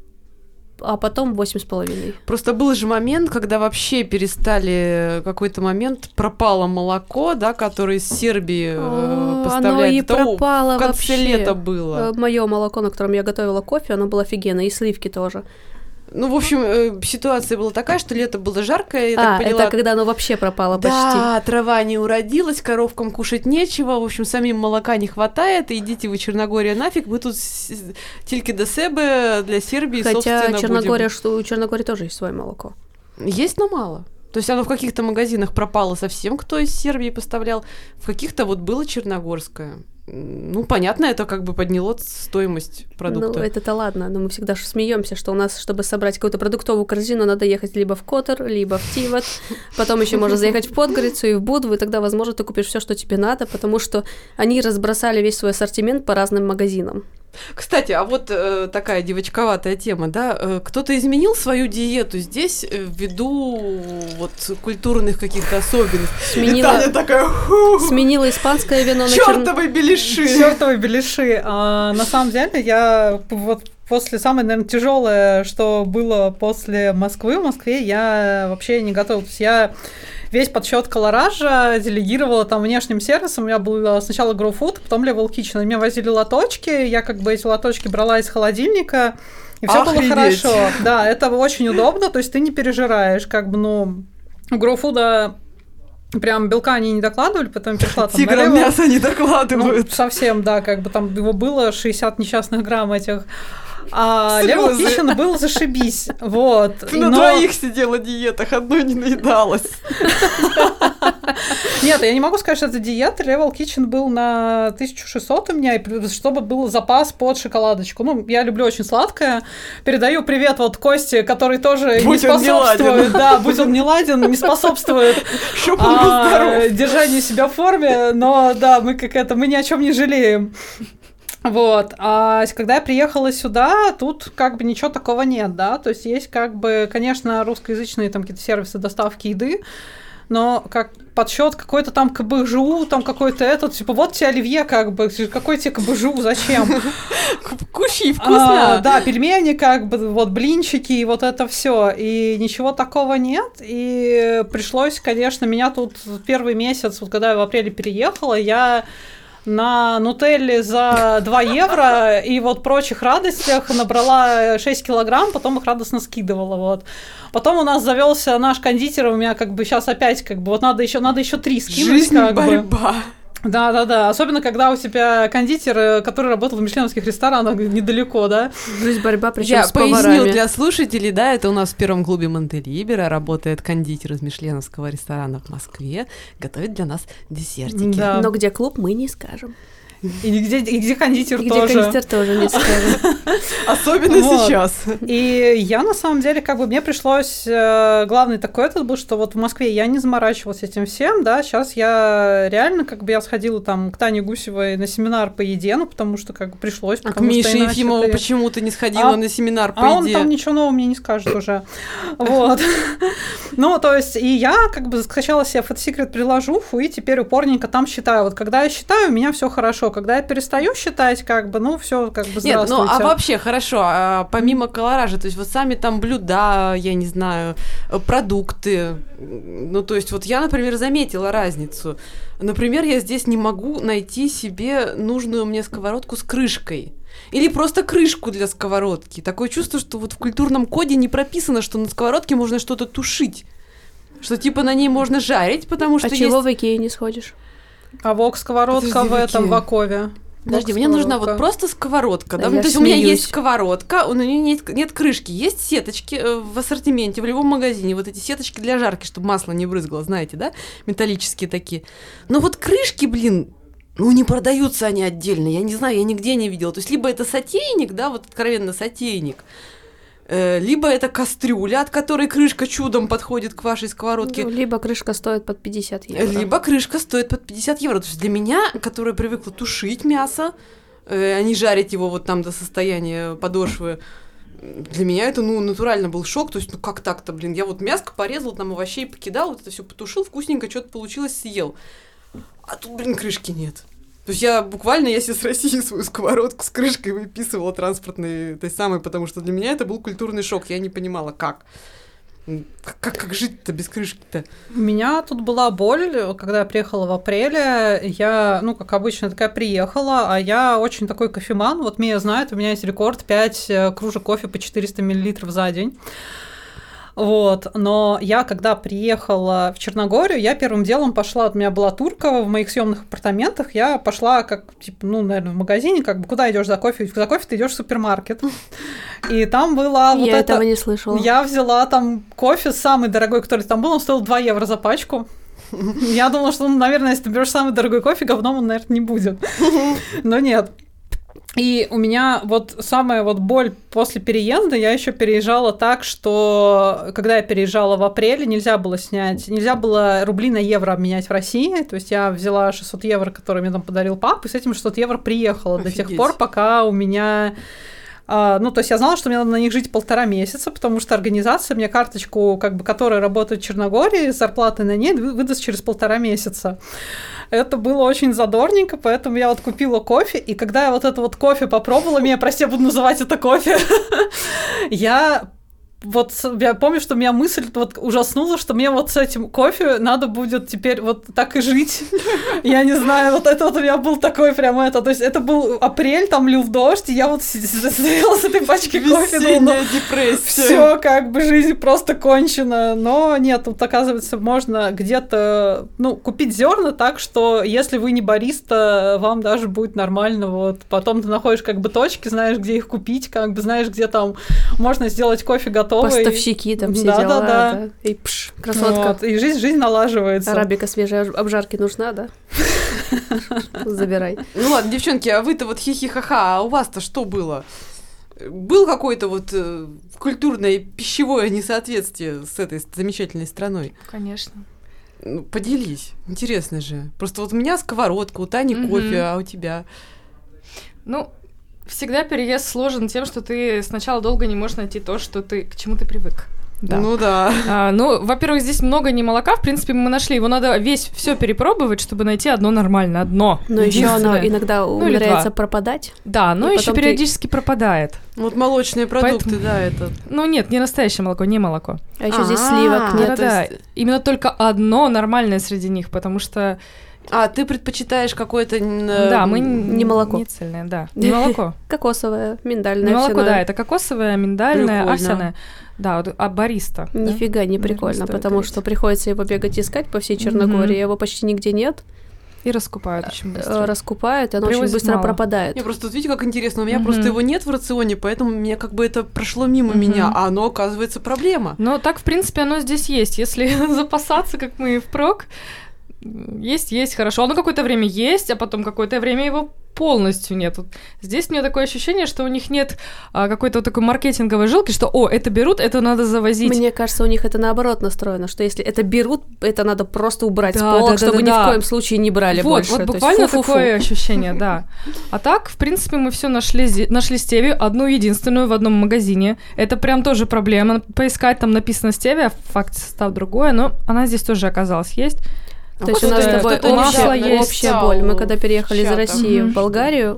а потом 8,5. Просто был же момент, когда вообще какой-то момент пропало молоко, да, которое из Сербии поставляют. Оно и пропало в конце вообще. лета было. Моё молоко, на котором я готовила кофе, оно было офигенное, и сливки тоже. В общем, ситуация была такая, что лето было жаркое, я так поняла. Это когда оно вообще пропало почти. Да, трава не уродилась, коровкам кушать нечего, в общем, самим молока не хватает, и идите вы, Черногория, нафиг, вы тут тільки до себе, для Сербии, собственно, Хотя у Черногории тоже есть свое молоко. Есть, но мало. То есть оно в каких-то магазинах пропало совсем, кто из Сербии поставлял, в каких-то вот было черногорское. Понятно, это как бы подняло стоимость продукта. Это-то ладно, но мы всегда смеемся, что у нас, чтобы собрать какую-то продуктовую корзину, надо ехать либо в Котор, либо в Тивот, потом еще можно заехать в Подгорицу и в Будву, и тогда, возможно, ты купишь все, что тебе надо, потому что они разбросали весь свой ассортимент по разным магазинам. Кстати, а вот такая девочковатая тема, да? Кто-то изменил свою диету здесь ввиду вот культурных каких-то особенностей. И Таня такая... Сменила испанское вино на чёртовы беляши! Чёртовы беляши! На самом деле, я вот после самое, наверное, тяжелое, что было после Москвы, в Москве я вообще не готова. То есть я весь подсчет колоража делегировала там внешним сервисом. У меня был сначала Grow Food, потом Level Kitchen. Они мне возили лоточки, я как бы эти лоточки брала из холодильника, и все было хорошо. Да, это очень удобно, то есть ты не пережираешь, как бы, у Grow Food прям белка они не докладывали, потом перешла там Тиграм налево. мясо не докладывают. Совсем, да, как бы там его было 60 несчастных грамм этих. А Level Kitchen был зашибись. Вот. На двоих сидела в диетах, одной не наедалась. Нет, я не могу сказать, что это диета. Level Kitchen был на 1600 у меня, чтобы был запас под шоколадочку. Я люблю очень сладкое. Передаю привет вот Косте, который тоже не способствует. Да, будь он не ладен, не способствует держанию себя в форме. Но да, мы ни о чем не жалеем. Вот, а когда я приехала сюда, тут как бы ничего такого нет, да, то есть есть как бы, конечно, русскоязычные там какие-то сервисы доставки еды, но как подсчет какой-то там КБЖУ, там какой-то этот, типа, вот тебе оливье, как бы, какой тебе КБЖУ, зачем? Кушай, вкусно. Да, пельмени, как бы, вот блинчики, и вот это все, и ничего такого нет, и пришлось, конечно, меня тут первый месяц, вот когда я в апреле переехала, я на нутелле за 2 евро и вот прочих радостях набрала 6 килограмм, потом их радостно скидывала, вот. Потом у нас завелся наш кондитер, у меня как бы сейчас опять как бы вот надо еще 3 скинуть. Жизнь как борьба. Да, особенно когда у тебя кондитер, который работал в мишленовских ресторанах недалеко, да? Жизнь борьба, причем Я с поварами. поясню для слушателей, да, это у нас в первом клубе Монтелибера работает кондитер из мишленовского ресторана в Москве, готовит для нас десертики. Да. Но где клуб, мы не скажем. И где кондитер и тоже. Где кондитер тоже не скажем. Особенно сейчас. И я, на самом деле, как бы мне пришлось... Главный такой этот был, что вот в Москве я не заморачивалась этим всем, да, сейчас я реально, как бы я сходила там к Тане Гусевой на семинар по еде, ну, потому что как бы пришлось. А к Мише Ефимову почему ты не сходила на семинар по еде? А он там ничего нового мне не скажет уже. Вот. Ну, то есть, и я как бы скачала себе Фотосекрет приложуху, и теперь упорненько там считаю. Вот когда я считаю, у меня все хорошо. Когда я перестаю считать, как бы, ну, все как бы здравствуйте. Нет, ну, а вообще, хорошо, помимо колоража, то есть вот сами там блюда, я не знаю, продукты, ну, то есть вот я, например, заметила разницу. Например, я здесь не могу найти себе нужную мне сковородку с крышкой. Или просто крышку для сковородки. Такое чувство, что вот в культурном коде не прописано, что на сковородке можно что-то тушить. Что типа на ней можно жарить, потому что чего в Икее не сходишь? А вок-сковородка в этом, в Акове. Подожди, мне нужна вот просто сковородка, да? То есть у меня есть сковородка, у нее нет крышки, есть сеточки в ассортименте, в любом магазине, вот эти сеточки для жарки, чтобы масло не брызгало, знаете, да? Металлические такие. Но вот крышки, блин, ну не продаются они отдельно, я не знаю, я нигде не видела. То есть либо это сотейник, да, вот откровенно сотейник, либо это кастрюля, от которой крышка чудом подходит к вашей сковородке. Ну, либо крышка стоит под 50 евро. Либо крышка стоит под 50 евро. То есть для меня, которая привыкла тушить мясо, а не жарить его вот там до состояния подошвы, для меня это, ну, натурально был шок. То есть, ну, как так-то, блин? Я вот мяско порезал, там овощей покидал, вот это все потушил, вкусненько что-то получилось, съел. А тут, блин, крышки нет. То есть я буквально, если с России свою сковородку с крышкой выписывала транспортной той самой, потому что для меня это был культурный шок. Я не понимала, как жить-то без крышки-то? У меня тут была боль, когда я приехала в апреле. Я, ну, как обычно, такая приехала, а я очень такой кофеман. Вот меня знают, у меня есть рекорд 5 кружек кофе по 400 мл за день. Вот, но я, когда приехала в Черногорию, я первым делом пошла, у меня была турка в моих съемных апартаментах, я пошла, как, типа, ну, наверное, в магазине, как бы, куда идешь за кофе? За кофе ты идешь в супермаркет. И там была вот я этого не слышала. Я взяла там кофе самый дорогой, который там был, он стоил 2 евро за пачку. Я думала, что, ну, наверное, если ты берешь самый дорогой кофе, говном он, наверное, не будет. Но нет. И у меня вот самая вот боль после переезда, я еще переезжала так, что когда я переезжала в апреле, нельзя было рубли на евро обменять в России, то есть я взяла 600 евро, которые мне там подарил папа, и с этим 600 евро приехала. Офигеть. До тех пор, пока у меня... Ну, то есть я знала, что мне надо на них жить 1,5 месяца, потому что организация мне карточку, как бы, которая работает в Черногории, с зарплатой на ней выдаст через 1,5 месяца. Это было очень задорненько, поэтому я вот купила кофе, и когда я вот это вот кофе попробовала, прости, я буду называть это кофе, я помню, что меня мысль вот ужаснула, что мне вот с этим кофе надо будет теперь вот так и жить. Я не знаю, вот это вот у меня был такой прям это, то есть это был апрель, там лил дождь, и я вот стояла с этой пачкой кофе. Весенняя депрессия. Всё, как бы жизнь просто кончена. Но нет, тут, оказывается, можно где-то, ну, купить зерна так, что если вы не бариста, вам даже будет нормально. Вот. Потом ты находишь как бы точки, знаешь, где их купить, как бы знаешь, где там можно сделать кофе готовый. Поставщики там все дела. Да. И красотка. Вот. И жизнь налаживается. Арабика свежей обжарки нужна, да? Забирай. Ну ладно, девчонки, а вы-то вот хихи-ха-ха, а у вас-то что было? Был какое-то вот культурное пищевое несоответствие с этой замечательной страной? Конечно. Ну, поделись, интересно же. Просто вот у меня сковородка, у Тани кофе, а у тебя? Ну, всегда переезд сложен тем, что ты сначала долго не можешь найти то, к чему ты привык. Да. Ну да. Во-первых, здесь много не молока, в принципе, мы нашли. Его надо все перепробовать, чтобы найти одно нормальное, одно. Но еще оно иногда умудряется пропадать. Да, но еще периодически пропадает. Вот молочные продукты, да, это. Ну нет, не настоящее молоко, не молоко. А еще здесь сливок нет. Да, именно только одно нормальное среди них, потому что А, ты предпочитаешь какое-то... Да, мы не молоко. Не цельное, да. Не молоко. Кокосовое, миндальное, Не молоко, овсяное. да, это кокосовое, миндальное, Прикольно. овсяное. Да, а бариста. Нифига не прикольно, потому что приходится его бегать искать по всей Черногории, его почти нигде нет. И раскупают очень быстро. Раскупают, и оно Привозят очень быстро мало. пропадает. Не, просто вот видите, как интересно, у меня просто его нет в рационе, поэтому мне как бы это прошло мимо меня, а оно, оказывается, проблема. Но так, в принципе, оно здесь есть. Если запасаться, как мы впрок, есть, хорошо. Оно какое-то время есть, а потом какое-то время его полностью нет. Вот здесь у меня такое ощущение, что у них нет какой-то вот такой маркетинговой жилки, что, это берут, это надо завозить. Мне кажется, у них это наоборот настроено, что если это берут, это надо просто убрать с полок, чтобы ни в коем случае не брали больше. Вот буквально такое ощущение, да. А так, в принципе, мы все нашли стевию, одну единственную в одном магазине. Это прям тоже проблема. Поискать, там написано стевия, факт состав другое, но она здесь тоже оказалась есть. То есть у нас с тобой есть. общая боль. Мы когда переехали из России в Болгарию,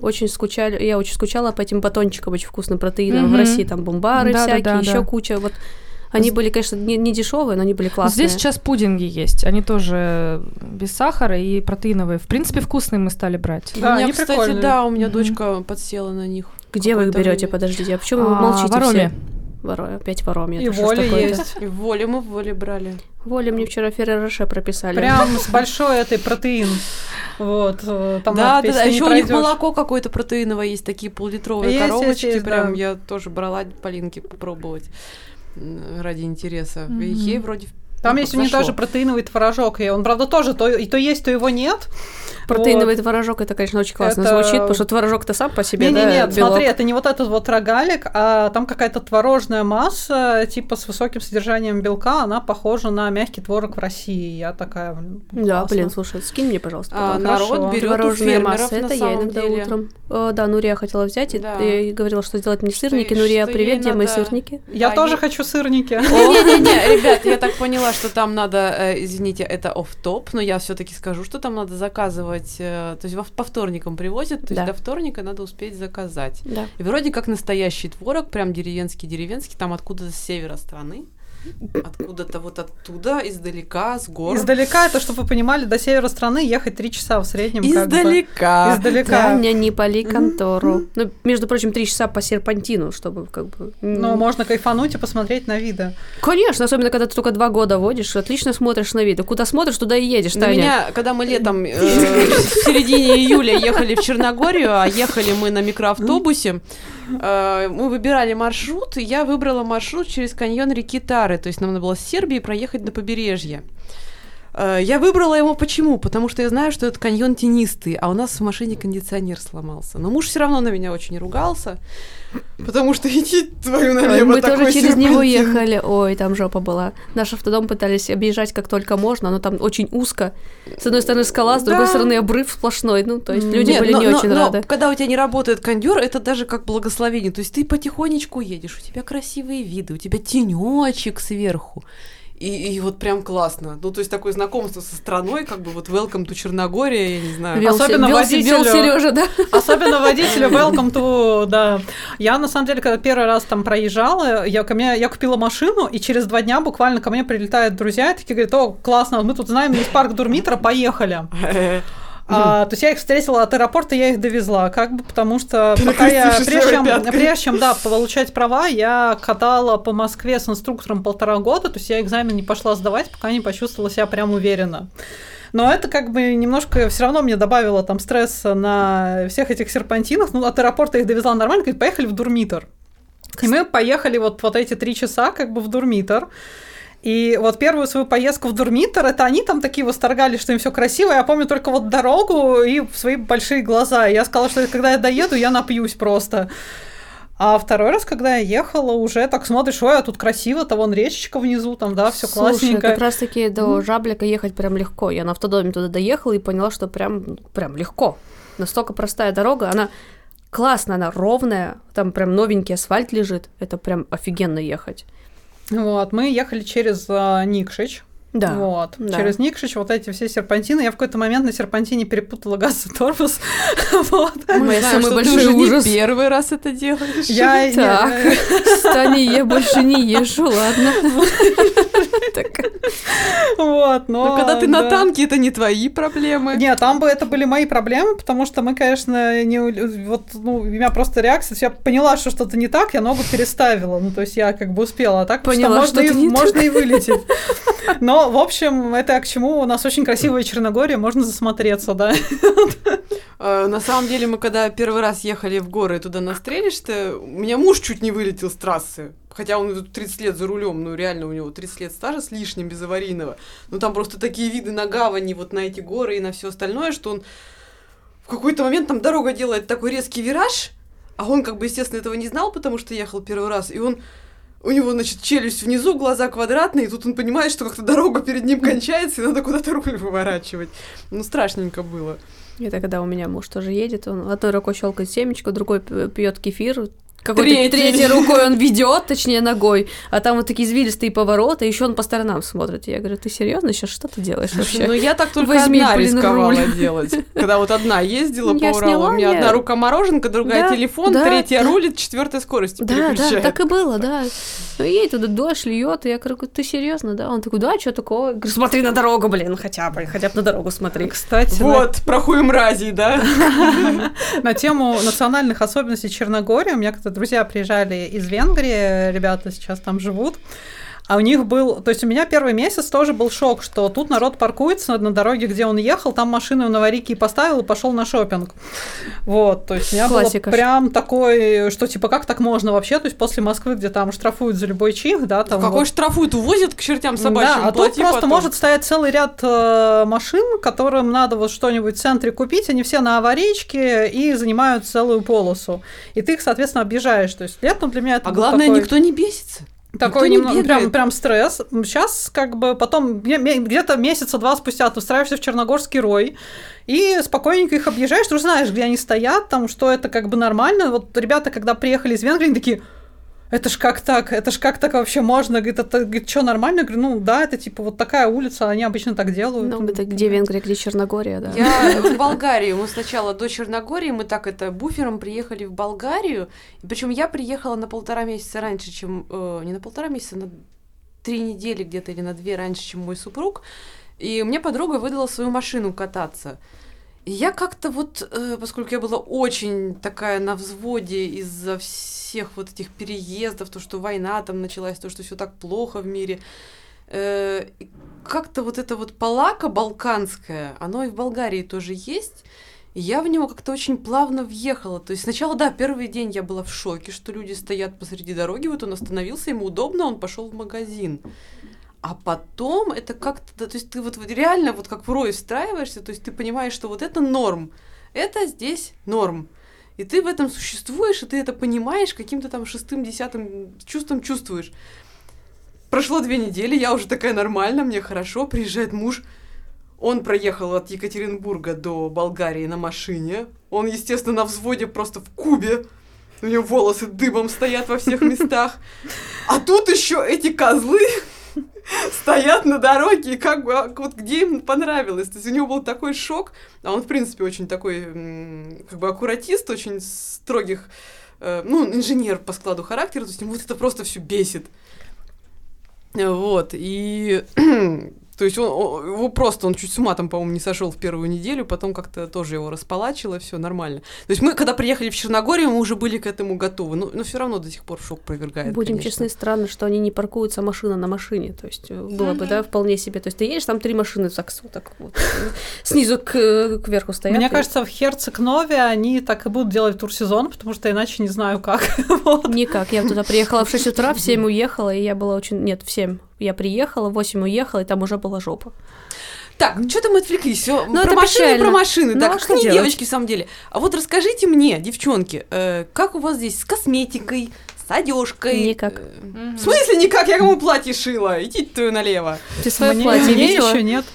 я очень скучала по этим батончикам очень вкусным протеином. В России там бомбары всякие, еще куча. Вот они были, конечно, не дешевые, но они были классные. Здесь сейчас пудинги есть. Они тоже без сахара и протеиновые. В принципе, вкусные мы стали брать. Да, они, кстати, да, у меня дочка подсела на них. Где вы их берете? Подождите, а почему вы молчите в Ароме. Опять в Ароме. И Воле есть. И в Воле мы в Воле брали. Воле мне вчера Ферреро Роше прописали. Прям с большой этой протеин. Вот. Там да, еще у них молоко какое-то протеиновое есть, такие пол-литровые коробочки. Есть, прям я тоже брала Полинке попробовать ради интереса. И ей вроде... Там есть у них даже протеиновый творожок, и он, правда, тоже то есть, то его нет. Протеиновый творожок, это, конечно, очень классно звучит, потому что творожок-то сам по себе, Нет, смотри, это не вот этот вот рогалик, а там какая-то творожная масса, типа с высоким содержанием белка, она похожа на мягкий творог в России. Я такая, Да, слушай, скинь мне, пожалуйста. Народ берет творожная масса, это я иногда утром. Да, Нурия хотела взять, и говорила, что сделать мне сырники. Нурия, привет, где мои сырники? Я тоже хочу сырники. Не-не-не, ребят, я так поняла, что там надо, извините, это офф-топ, но я все-таки скажу, что там надо заказывать, то есть по вторникам привозят, то есть до вторника надо успеть заказать. Да. И вроде как настоящий творог, прям деревенский, там откуда-то с севера страны. Откуда-то вот оттуда, издалека, с гор. Издалека, это, чтобы вы понимали, до севера страны ехать 3 часа в среднем. Издалека. Да, не пали контору. Ну, между прочим, 3 часа по серпантину, чтобы как бы... Ну, можно кайфануть и посмотреть на виды. Конечно, особенно, когда ты только 2 года водишь, отлично смотришь на виды. Куда смотришь, туда и едешь, Таня. Меня, когда мы летом в середине июля ехали в Черногорию, а ехали мы на микроавтобусе, мы выбирали маршрут, и я выбрала маршрут через каньон реки Тары, то есть нам надо было с Сербии проехать на побережье. Я выбрала его почему? Потому что я знаю, что этот каньон тенистый, а у нас в машине кондиционер сломался. Но муж все равно на меня очень ругался, потому что иди твою налево. Мы тоже через него ехали. Ой, там жопа была. Наш автодом пытались объезжать как только можно, но там очень узко. С одной стороны скала, с другой стороны обрыв сплошной. Ну, то есть люди были не очень рады. Когда у тебя не работает кондёр, это даже как благословение. То есть ты потихонечку едешь, у тебя красивые виды, у тебя тенёчек сверху. И вот прям классно. Ну, то есть такое знакомство со страной, как бы вот welcome to Черногория, я не знаю. Особенно водителю. Серёжа, да? Особенно водителю welcome to, да. Я, на самом деле, когда первый раз там проезжала, я купила машину, и через 2 дня буквально ко мне прилетают друзья, и такие говорят: о, классно, мы тут знаем, есть парк Дурмитра, поехали. То есть я их встретила от аэропорта, я их довезла, как бы, потому что пока прежде чем получать права, я катала по Москве с инструктором 1,5 года, то есть я экзамен не пошла сдавать, пока не почувствовала себя прям уверенно. Но это как бы немножко все равно мне добавило там стресса на всех этих серпантинах. Ну, от аэропорта их довезла нормально, говорит: поехали в Дурмитр. И мы поехали вот эти 3 часа как бы в Дурмитр. И вот первую свою поездку в Дурмитр, это они там такие восторгались, что им все красиво. Я помню только вот дорогу и свои большие глаза. И я сказала, что когда я доеду, я напьюсь просто. А второй раз, когда я ехала, уже так смотришь: ой, а тут красиво-то, вон речечка внизу, там, да, все классненько. Слушай, как раз-таки до Жаблика ехать прям легко. Я на автодоме туда доехала и поняла, что прям легко. Настолько простая дорога, она классная, она ровная, там прям новенький асфальт лежит. Это прям офигенно ехать. Вот, мы ехали через Никшич. Да. Вот. Да. Через Никшич вот эти все серпантины. Я в какой-то момент на серпантине перепутала газ и тормоз. Вот. Мы знаем, что ты уже не первый раз это делаешь. Так, Таня, я больше не езжу, ладно. Вот, но когда ты на танке, это не твои проблемы. Нет, там бы это были мои проблемы, потому что мы, конечно, не... Вот, ну, у меня просто реакция, я поняла, что что-то не так, я ногу переставила, ну, то есть я как бы успела, а так поняла, что можно и вылететь. Но, в общем, это к чему? У нас очень красивое Черногория, можно засмотреться, да. На самом деле, мы когда первый раз ехали в горы туда на Стрелище, у меня муж чуть не вылетел с трассы. Хотя он 30 лет за рулем, ну реально у него 30 лет стажа с лишним без аварийного. Ну там просто такие виды на гавани, вот на эти горы и на все остальное, что он в какой-то момент там дорога делает такой резкий вираж, а он как бы, естественно, этого не знал, потому что ехал первый раз, и у него, значит, челюсть внизу, глаза квадратные, и тут он понимает, что как-то дорога перед ним кончается, и надо куда-то руль выворачивать. Ну, страшненько было. Это когда у меня муж тоже едет, он одной рукой щелкает семечко, другой пьет кефир, какой-то третьей рукой он ведет, точнее ногой, а там вот такие извилистые повороты, еще он по сторонам смотрит. Я говорю, ты серьезно сейчас что ты делаешь вообще? Ну я так только одна рисковала делать. Когда вот одна ездила по Уралу, у меня одна рука мороженка, другая телефон, третья рулит, четвертая скорость переключает. Да, так и было, да. Ну ей туда дождь льет, и я говорю, ты серьезно, да? Он такой, да, что такого? Я говорю, смотри на дорогу, блин, хотя бы на дорогу смотри. Кстати, вот, про хуй мразей, да? На тему национальных особенностей Черногории у меня когда друзья приезжали из Венгрии, ребята сейчас там живут, а у них был... То есть у меня первый месяц тоже был шок, что тут народ паркуется на дороге, где он ехал, там машину на аварийке поставил и пошел на шопинг. Вот, то есть у меня классика. Было прям такой, что типа как так можно вообще? То есть после Москвы, где там штрафуют за любой чих, да, там... Какой вот... штрафуют? Увозят к чертям собачьим, да, а тут просто потом. Может стоять целый ряд машин, которым надо вот что-нибудь в центре купить, они все на аварийке и занимают целую полосу. И ты их, соответственно, объезжаешь. То есть летом для меня это главное, такой... никто не бесится. Такой немного, прям стресс. Сейчас как бы потом где-то месяца два спустя ты устраиваешься в Черногорский рой и спокойненько их объезжаешь, ты уже знаешь, где они стоят, там, что это как бы нормально. Вот ребята, когда приехали из Венгрии, они такие... Это ж как так вообще можно? Говорит, что нормально? Я говорю, ну да, это типа вот такая улица, они обычно так делают. Ну, это где Венгрия, где Черногория, да. Я в Болгарию, мы сначала до Черногории, мы так буфером приехали в Болгарию, причем я приехала на 1,5 месяца раньше, чем, не на 1,5 месяца, на 3 недели где-то или на 2 раньше, чем мой супруг, и мне подруга выдала свою машину кататься. И я как-то вот, поскольку я была очень такая на взводе из-за всех вот этих переездов, то, что война там началась, то, что все так плохо в мире, как-то вот это вот палака балканская, оно и в Болгарии тоже есть, и я в него как-то очень плавно въехала. То есть сначала, да, первый день я была в шоке, что люди стоят посреди дороги, вот он остановился, ему удобно, он пошел в магазин. А потом это как-то, то есть ты вот реально вот как в рой встраиваешься, то есть ты понимаешь, что вот это норм, это здесь норм. И ты в этом существуешь, и ты это понимаешь, каким-то там 6-10 чувством чувствуешь. Прошло 2 недели, я уже такая нормальная, мне хорошо, приезжает муж, он проехал от Екатеринбурга до Болгарии на машине, он, естественно, на взводе просто в кубе, у него волосы дыбом стоят во всех местах, а тут еще эти козлы стоят на дороге, и как бы вот где им понравилось. То есть у него был такой шок, а он, в принципе, очень такой, как бы аккуратист, очень строгих, инженер по складу характера, то есть ему вот это просто все бесит. Вот, и... То есть он чуть с ума там, по-моему, не сошел в первую неделю, потом как-то тоже его распалачило, все нормально. То есть мы, когда приехали в Черногорию, мы уже были к этому готовы, но все равно до сих пор шок провергает. Будем конечно. честны, странно, что они не паркуются машина на машине, то есть было бы, да, вполне себе. То есть ты едешь, там 3 машины так вот, снизу кверху стоят. Мне кажется, в Херцег-Нове они так и будут делать турсезон, потому что иначе не знаю как. Никак, я туда приехала в 6 утра, в 7 уехала, и я была очень... Нет, в 7. Я приехала, в 8 уехала, и там уже была жопа. Так, что-то мы отвлеклись. Всё, про машины и про машины. Так, что не девочки, в самом деле. А вот расскажите мне, девчонки, как у вас здесь с косметикой, с одежкой? Никак. В смысле никак? Я кому платье шила? Иди твою налево. Ты свое платье видела? Еще нет.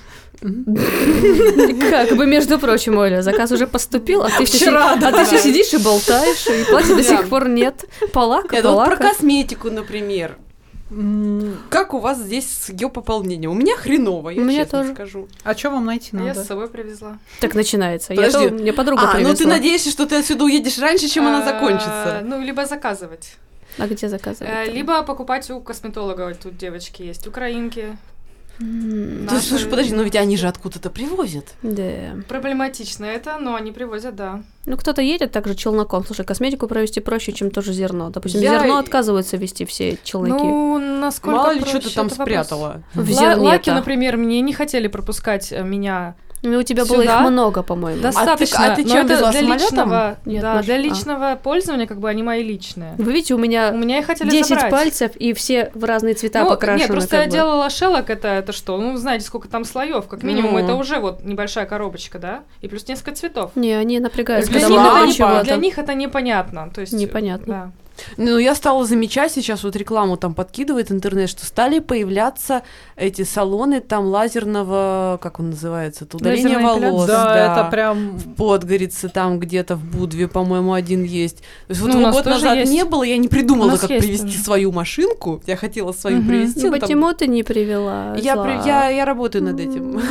Как бы, между прочим, Оля, заказ уже поступил, а ты все сидишь и болтаешь, и платья до сих пор нет. Палака. Вот про косметику, например. Как у вас здесь с ее пополнением? У меня хреново, я честно скажу. А что вам найти надо? Я с собой привезла. Так начинается. Мне подруга привезла. Ну ты надеешься, что ты отсюда уедешь раньше, чем она закончится? Ну, либо заказывать. А где заказывать? Либо покупать у косметолога. Тут девочки есть, украинки. Слушай, подожди, но ведь они же откуда-то привозят. Да. Проблематично это, но они привозят, да. Ну, кто-то едет также челноком. Слушай, косметику провести проще, чем тоже зерно. Допустим, зерно отказываются вести все челноки. Ну, насколько мало ли что ты там спрятала. В зерне. Лаки, например, мне не хотели пропускать меня. Ну, у тебя было их много, по-моему. Достаточно. А ты что, везла для личного, Нет, да, для личного пользования, как бы они мои личные. Вы видите, у меня их хотели 10 забрать. пальцев, и все в разные цвета покрашены. Нет, просто я делала шелок, это что? Ну, знаете, сколько там слоев, как минимум, это уже вот небольшая коробочка, да? И плюс несколько цветов. Не, они напрягаются. Для них это непонятно. То есть, непонятно. Да. Ну, я стала замечать, сейчас вот рекламу там подкидывает интернет, что стали появляться эти салоны там лазерного, как он называется, удаления волос. Да, это прям... В Подгорице, там где-то в Будве, по-моему, один есть. То есть вот год назад не было, я не придумала, как привезти свою машинку. Я хотела свою привезти. Ну, почему ты не привела? Я работаю над этим.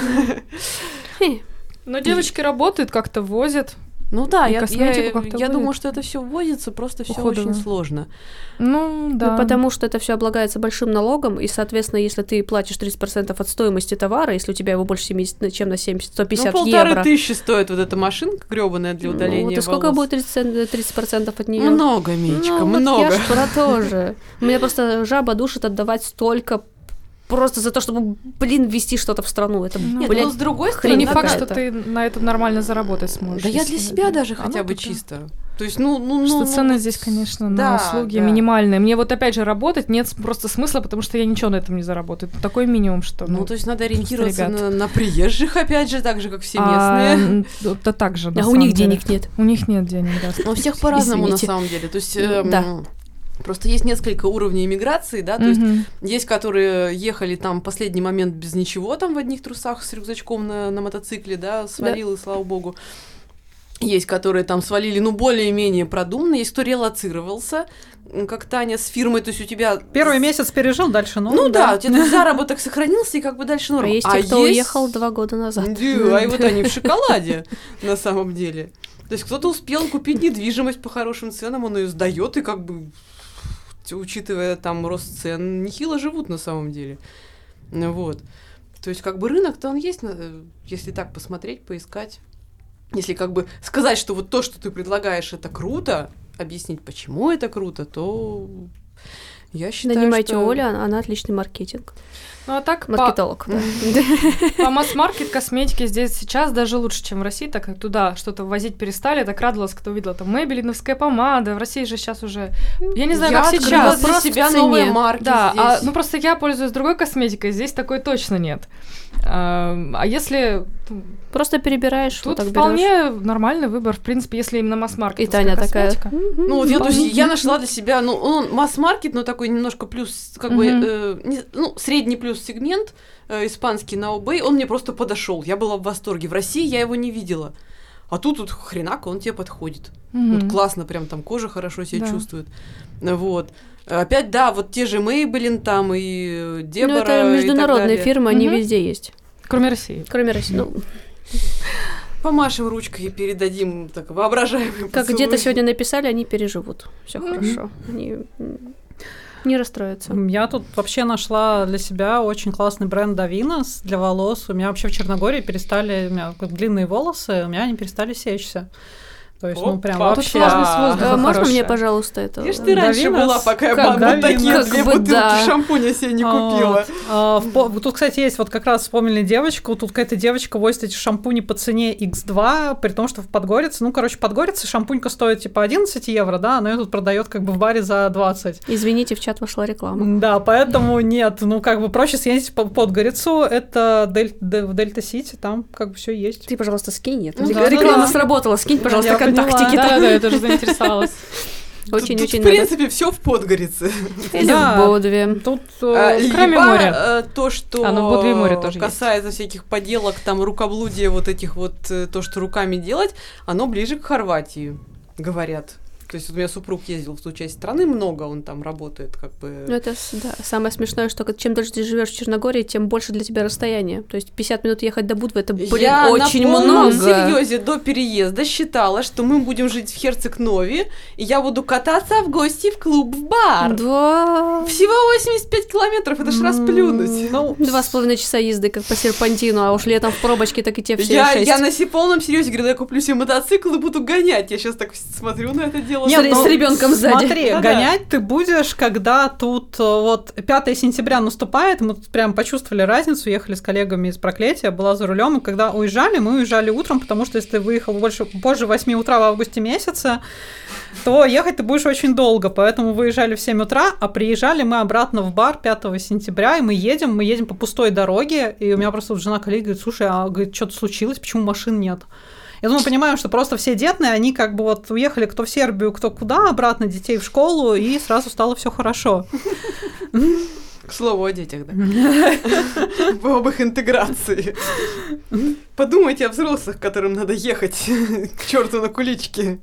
Но девочки работают, как-то возят. Ну да, я думаю, что это все вводится, просто все очень сложно. Ну, да. Потому что это все облагается большим налогом, и, соответственно, если ты платишь 30% от стоимости товара, если у тебя его больше 70, чем на 70, 150 евро. 1500 стоит вот эта машинка грёбаная для удаления волос. И сколько будет 30% от нее? Много, Мичка, много. Я ж про то же. Меня просто жаба душит отдавать столько просто за то, чтобы, ввести что-то в страну. Это, но с другой стороны, не факт, что ты на этом нормально заработать сможешь. Да я для себя даже хотя бы чисто. То есть, что цены здесь, конечно, на услуги минимальные. Мне вот опять же работать нет просто смысла, потому что я ничего на этом не заработаю. Это такой минимум, что... то есть надо ориентироваться на приезжих, опять же, так же, как все местные. Да так же, у них денег нет. У них нет денег, да. У всех по-разному, на самом деле. То есть... Да. Просто есть несколько уровней иммиграции, да, то есть есть, которые ехали там в последний момент без ничего, там в одних трусах с рюкзачком на мотоцикле, да, свалил, и слава богу. Есть, которые там свалили, более-менее продуманно, есть, кто релоцировался, как Таня, с фирмой, то есть у тебя... Первый месяц пережил, дальше норм. Ну да, у тебя заработок сохранился, и как бы дальше норм. А есть те, кто уехал 2 года назад. Да, и вот они в шоколаде, на самом деле. То есть кто-то успел купить недвижимость по хорошим ценам, он ее сдаёт, и как бы... учитывая там рост цен, нехило живут на самом деле. Вот. То есть как бы рынок-то он есть, если так посмотреть, поискать. Если как бы сказать, что вот то, что ты предлагаешь, это круто, объяснить, почему это круто, то я считаю, нанимайте что... Олю, она отличный маркетинг. Ну, а так маркетолог, да. По масс-маркет косметики здесь сейчас даже лучше, чем в России, так как туда что-то ввозить перестали. Так радовалась, кто увидела там мебелиновская помада. В России же сейчас уже... Я не знаю, как сейчас. Для себя новые марки да, здесь. Просто я пользуюсь другой косметикой, здесь такой точно нет. А если... Просто перебираешь, тут вот вполне нормальный выбор, в принципе, если именно масс-маркет. И Таня такая... Ну, вот я нашла для себя, он масс-маркет, но такой немножко плюс, как бы, средний плюс сегмент, испанский на eBay, он мне просто подошел. Я была в восторге. В России я его не видела. А тут хренака, он тебе подходит. Вот классно, прям там кожа хорошо себя чувствует. Вот. Опять, да, вот те же Maybelline там и Дебора. Ну, это международные фирмы, они везде есть. Кроме России. Кроме России. Помашем ручкой и передадим так воображаемый как где-то сегодня написали, они переживут. Все хорошо. Они не расстроятся. Я тут вообще нашла для себя очень классный бренд Davines для волос. У меня вообще в Черногории перестали, у меня длинные волосы, у меня они перестали сечься. То есть, прям вообще... Можно мне, пожалуйста, это? Где ж ты раньше была, пока я вот такие 2 бутылки шампуня себе не купила? Тут, кстати, есть, вот как раз вспомнили девочку, тут какая-то девочка возит эти шампуни по цене X2, при том, что в Подгорице, Подгорице шампунька стоит типа 11 евро, да, но ее тут продает как бы в баре за 20. Извините, в чат вошла реклама. Да, поэтому нет, проще съездить в Подгорицу, это в Дельта-Сити, там как бы все есть. Ты, пожалуйста, скинь, нет. Реклама сработала, скинь, пожалуйста, контактики. Да, я тоже заинтересовалась. Очень-очень в принципе, все в Подгорице. Или в Бодве. Тут кроме моря. То, что в Бодве и море тоже касается всяких поделок, там, рукоблудия, вот этих вот, то, что руками делать, оно ближе к Хорватии, говорят. То есть у меня супруг ездил в ту часть страны много, он там работает как бы... Ну, это, да, самое смешное, что чем дольше ты живешь в Черногории, тем больше для тебя расстояние. То есть 50 минут ехать до Будвы, это, очень много. Я на полном серьезе до переезда считала, что мы будем жить в Херцег-Нови, и я буду кататься в гости в клуб, в бар. Да. Всего 85 километров, это ж расплюнуть. Ну, 2,5 часа езды, как по серпантину, а уж летом в пробочке, так и те все 6. Я на полном серьезе говорю, я куплю себе мотоцикл и буду гонять. Я сейчас так смотрю на это дело. Нет, с ребенком сзади. Смотри, гонять ты будешь, когда тут вот 5 сентября наступает, мы тут прям почувствовали разницу, ехали с коллегами из Проклятия, была за рулем, и когда уезжали, мы уезжали утром, потому что если ты выехал позже 8 утра в августе месяце, то ехать ты будешь очень долго, поэтому выезжали в 7 утра, а приезжали мы обратно в бар 5 сентября, и мы едем по пустой дороге, и у меня просто вот жена коллеги говорит, слушай, а говорит, что-то случилось, почему машин нет? Я думаю, понимаем, что просто все детные, они как бы вот уехали кто в Сербию, кто куда, обратно детей в школу, и сразу стало все хорошо. К слову о детях, да. Об их интеграции. Подумайте о взрослых, которым надо ехать к черту на куличке.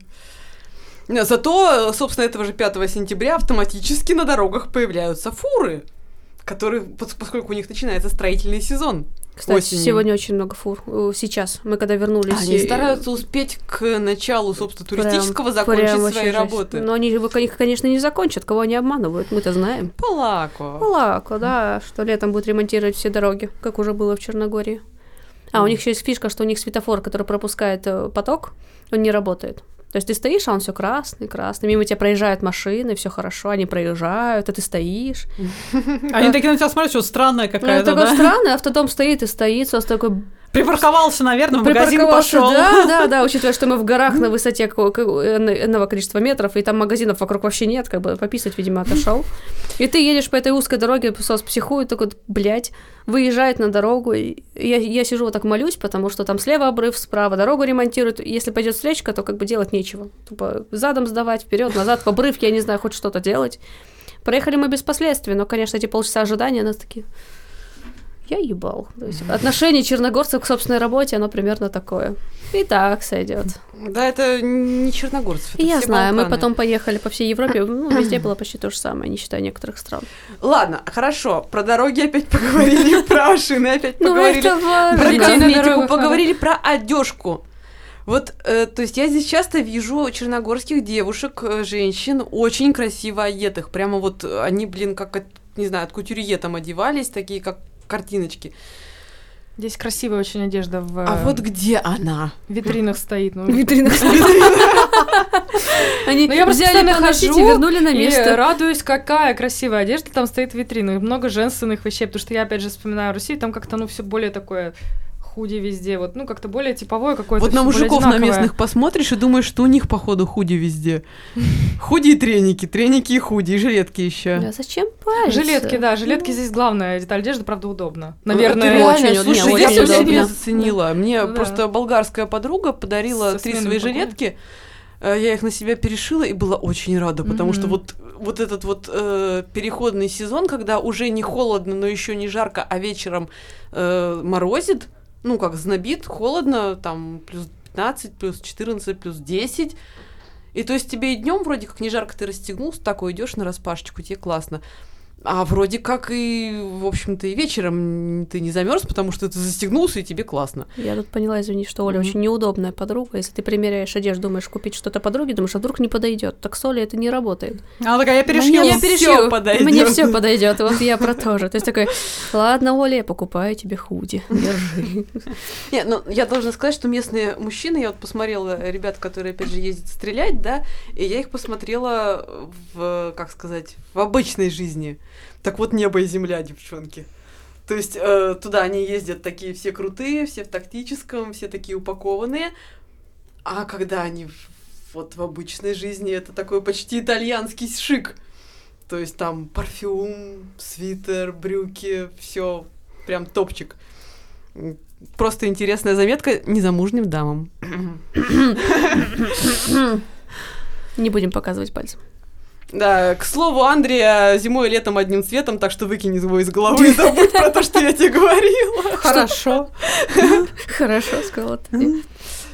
Зато, собственно, этого же 5 сентября автоматически на дорогах появляются фуры, которые, поскольку у них начинается строительный сезон. Кстати, осенью. Сегодня очень много фур. Сейчас, мы когда вернулись... Они стараются успеть к началу, собственно, туристического закончить свои работы. Но они их, конечно, не закончат. Кого они обманывают, мы-то знаем. Полако, да, что летом будут ремонтировать все дороги, как уже было в Черногории. У них еще есть фишка, что у них светофор, который пропускает поток, он не работает. То есть ты стоишь, а он все красный, мимо тебя проезжают машины, все хорошо, они проезжают, а ты стоишь. Они такие на тебя смотрят, что странная какая-то, да? Такой странный, автодом стоит и стоит, с такой... Припарковался, наверное, в магазин пошел. Да, учитывая, что мы в горах на высоте энного количества метров, и там магазинов вокруг вообще нет, как бы пописать, видимо, отошел. И ты едешь по этой узкой дороге, сос психует, такой, блядь, выезжает на дорогу. И я сижу вот так молюсь, потому что там слева обрыв, справа дорогу ремонтируют. Если пойдет встречка, то как бы делать нечего. Тупо задом сдавать, вперед, назад, в обрыв, я не знаю, хоть что-то делать. Проехали мы без последствий, но, конечно, эти полчаса ожидания нас такие... Я ебал. То есть отношение черногорцев к собственной работе, оно примерно такое. И так сойдет. Да, это не черногорцев, это я все знаю, Балканы. Мы потом поехали по всей Европе, везде было почти то же самое, не считая некоторых стран. Ладно, хорошо, про дороги опять поговорили, про машины опять поговорили, про косметику поговорили, про одежку. Вот, то есть я здесь часто вижу черногорских девушек, женщин, очень красиво одетых. Прямо вот они, как, не знаю, от кутюрье там одевались, такие как картиночки. Здесь красивая очень одежда в... А вот где она? В витринах стоит. В витринах стоит. Они взяли поносить и вернули на место. И радуюсь, какая красивая одежда там стоит в витринах. Много женственных вещей, потому что я, опять же, вспоминаю Россию, там как-то, все более такое... худи везде, вот, как-то более типовое какое-то. Вот на мужиков на местных посмотришь и думаешь, что у них, походу, худи везде. Худи и треники и худи, и жилетки еще. А зачем париться? Жилетки, да, жилетки здесь главная деталь одежды, правда, удобно. Наверное, очень. Слушай, я по себе удобно. заценила. Мне просто болгарская подруга подарила 3 свои жилетки. Я их на себя перешила и была очень рада, потому что вот этот вот переходный сезон, когда уже не холодно, но еще не жарко, а вечером морозит, как знобит, холодно, там плюс 15, плюс 14, плюс 10. И то есть тебе и днем вроде как не жарко, ты расстегнулся, такой идешь нараспашечку, тебе классно. А вроде как и, в общем-то, и вечером ты не замерз, потому что ты застегнулся, и тебе классно. Я тут поняла, извини, что Оля очень неудобная подруга. Если ты примеряешь одежду, думаешь купить что-то подруге, думаешь, а вдруг не подойдет. Так с Олей это не работает. Она такая, я перешью. Мне все подойдет. Вот я про то же. То есть такой, ладно, Оля, я покупаю тебе худи. Держи. Нет, я должна сказать, что местные мужчины, я вот посмотрела ребят, которые, опять же, ездят стрелять, да, и я их посмотрела в обычной жизни. Так вот, небо и земля, девчонки. То есть туда они ездят такие все крутые, все в тактическом, все такие упакованные. А когда они в обычной жизни, это такой почти итальянский шик. То есть там парфюм, свитер, брюки, все прям топчик. Просто интересная заметка незамужним дамам. Не будем показывать пальцем. Да, к слову, Андрия зимой и летом одним цветом, так что выкинь его из головы и забудь про то, что я тебе говорила. Хорошо. Хорошо, сказала ты.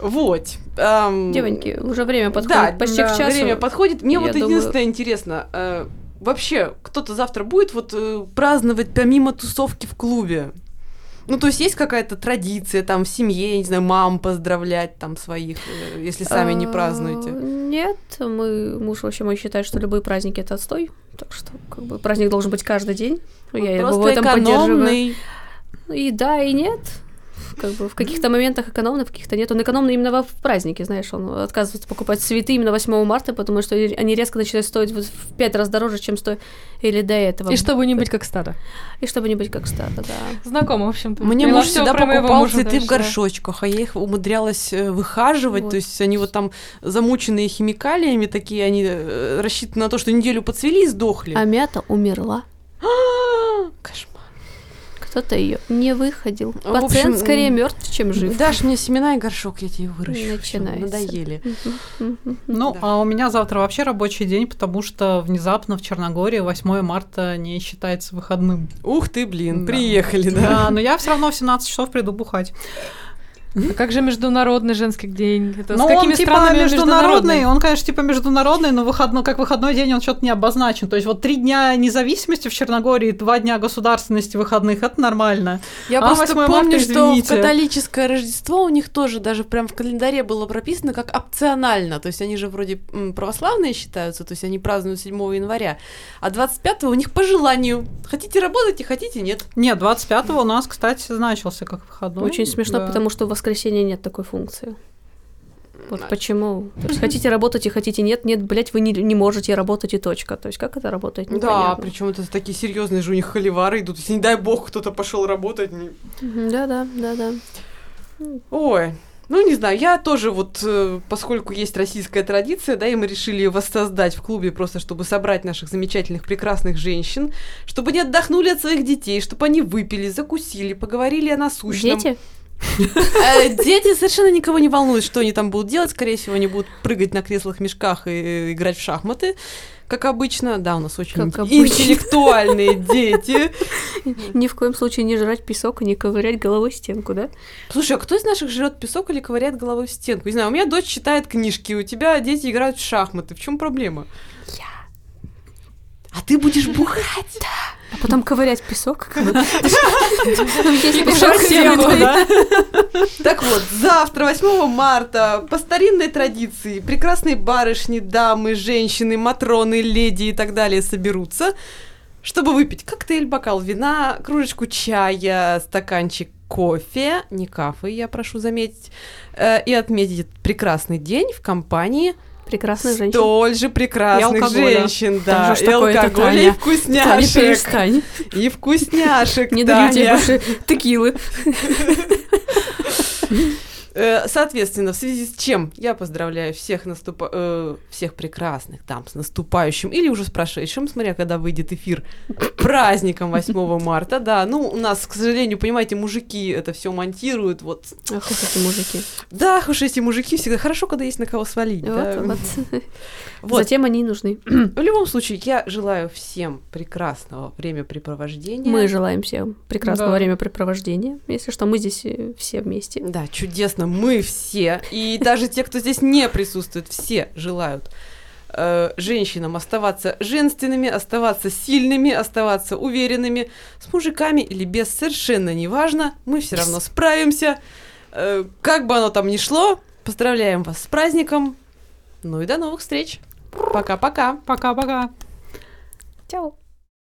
Вот. Девоньки, уже время подходит, почти к часу. Время подходит. Мне вот думаю... единственное интересно, вообще, кто-то завтра будет вот праздновать помимо тусовки в клубе? Ну, то есть есть какая-то традиция там в семье, я не знаю, мам поздравлять там своих, если сами не празднуете? Нет, муж вообще мой считает, что любые праздники — это отстой, так что как бы праздник должен быть каждый день. Я его в этом поддерживаю. И да, и нет. Как бы в каких-то моментах экономный, в каких-то нет. Он экономный именно в празднике, знаешь, он отказывается покупать цветы именно 8 марта, потому что они резко начинают стоить в 5 раз дороже, чем стоили до этого. И чтобы не быть как стадо. И чтобы не быть как стадо, да. Знакомо, в общем-то. Мне муж всегда покупал цветы в горшочках, а я их умудрялась выхаживать, вот. То есть они вот там замученные химикалиями такие, они рассчитаны на то, что неделю поцвели и сдохли. А мята умерла. Кошмар. Кто-то ее не выходил. Пациент скорее мертв, чем жив. Дашь мне семена и горшок, я тебе выращу. Начинается. Надоели. Ну, да. А у меня завтра вообще рабочий день, потому что внезапно в Черногории 8 марта не считается выходным. Ух ты, блин, приехали, да? Да, но я все равно в 17 часов приду бухать. А как же Международный женский день? Это ну, с какими он типа странами международный, он, конечно, типа международный, но как выходной день он что-то не обозначен. То есть вот 3 дня независимости в Черногории, 2 дня государственности выходных, это нормально. Я просто помню, что в католическое Рождество у них тоже даже прям в календаре было прописано как опционально. То есть они же вроде православные считаются, то есть они празднуют 7 января. А 25-го у них по желанию. Хотите работать, хотите нет. Нет, 25-го у нас, кстати, значился как выходной. Очень смешно, да. Потому что в воскресенье нет такой функции. Вот почему. То есть хотите работать и хотите нет, блядь, вы не можете работать и точка. То есть как это работает, непонятно. Да, причем это такие серьезные же у них холивары идут. Если, не дай бог, кто-то пошел работать. Да. Ой. Ну, не знаю, я тоже вот, поскольку есть российская традиция, да, и мы решили ее воссоздать в клубе просто, чтобы собрать наших замечательных, прекрасных женщин, чтобы они отдохнули от своих детей, чтобы они выпили, закусили, поговорили о насущном. Дети? Дети совершенно никого не волнуют, что они там будут делать. Скорее всего, они будут прыгать на креслах-мешках и играть в шахматы, как обычно. Да, у нас очень интеллектуальные дети. Ни в коем случае не жрать песок и не ковырять головой в стенку, да? Слушай, а кто из наших жрет песок или ковыряет головой в стенку? Не знаю, у меня дочь читает книжки, у тебя дети играют в шахматы. В чем проблема? А ты будешь бухать? Да. А потом ковырять песок. Так вот, завтра, 8 марта, по старинной традиции, прекрасные барышни, дамы, женщины, матроны, леди и так далее соберутся, чтобы выпить коктейль, бокал вина, кружечку чая, стаканчик кофе, не кафе, я прошу заметить, и отметить этот прекрасный день в компании прекрасных женщин. Столь же прекрасных женщин, да. И алкоголя, и вкусняшек. Таня, перестань. И вкусняшек, не даю тебе больше текилы. Соответственно, в связи с чем я поздравляю всех прекрасных дам с наступающим или уже с прошедшим, смотря когда выйдет эфир, праздником 8 марта, да. Ну, у нас, к сожалению, понимаете, мужики это все монтируют, вот. Ах уж эти мужики. Да, уж эти мужики всегда хорошо, когда есть на кого свалить. Вот. Затем они и нужны. В любом случае, я желаю всем прекрасного времяпрепровождения. Мы желаем всем прекрасного времяпрепровождения. Если что, мы здесь все вместе. Да, чудесно. Мы все, и даже те, кто здесь не присутствует, все желают женщинам оставаться женственными, оставаться сильными, оставаться уверенными, с мужиками или без, совершенно неважно, мы все равно справимся. Как бы оно там ни шло, поздравляем вас с праздником. Ну и до новых встреч. Пока-пока. Пока-пока. Чао.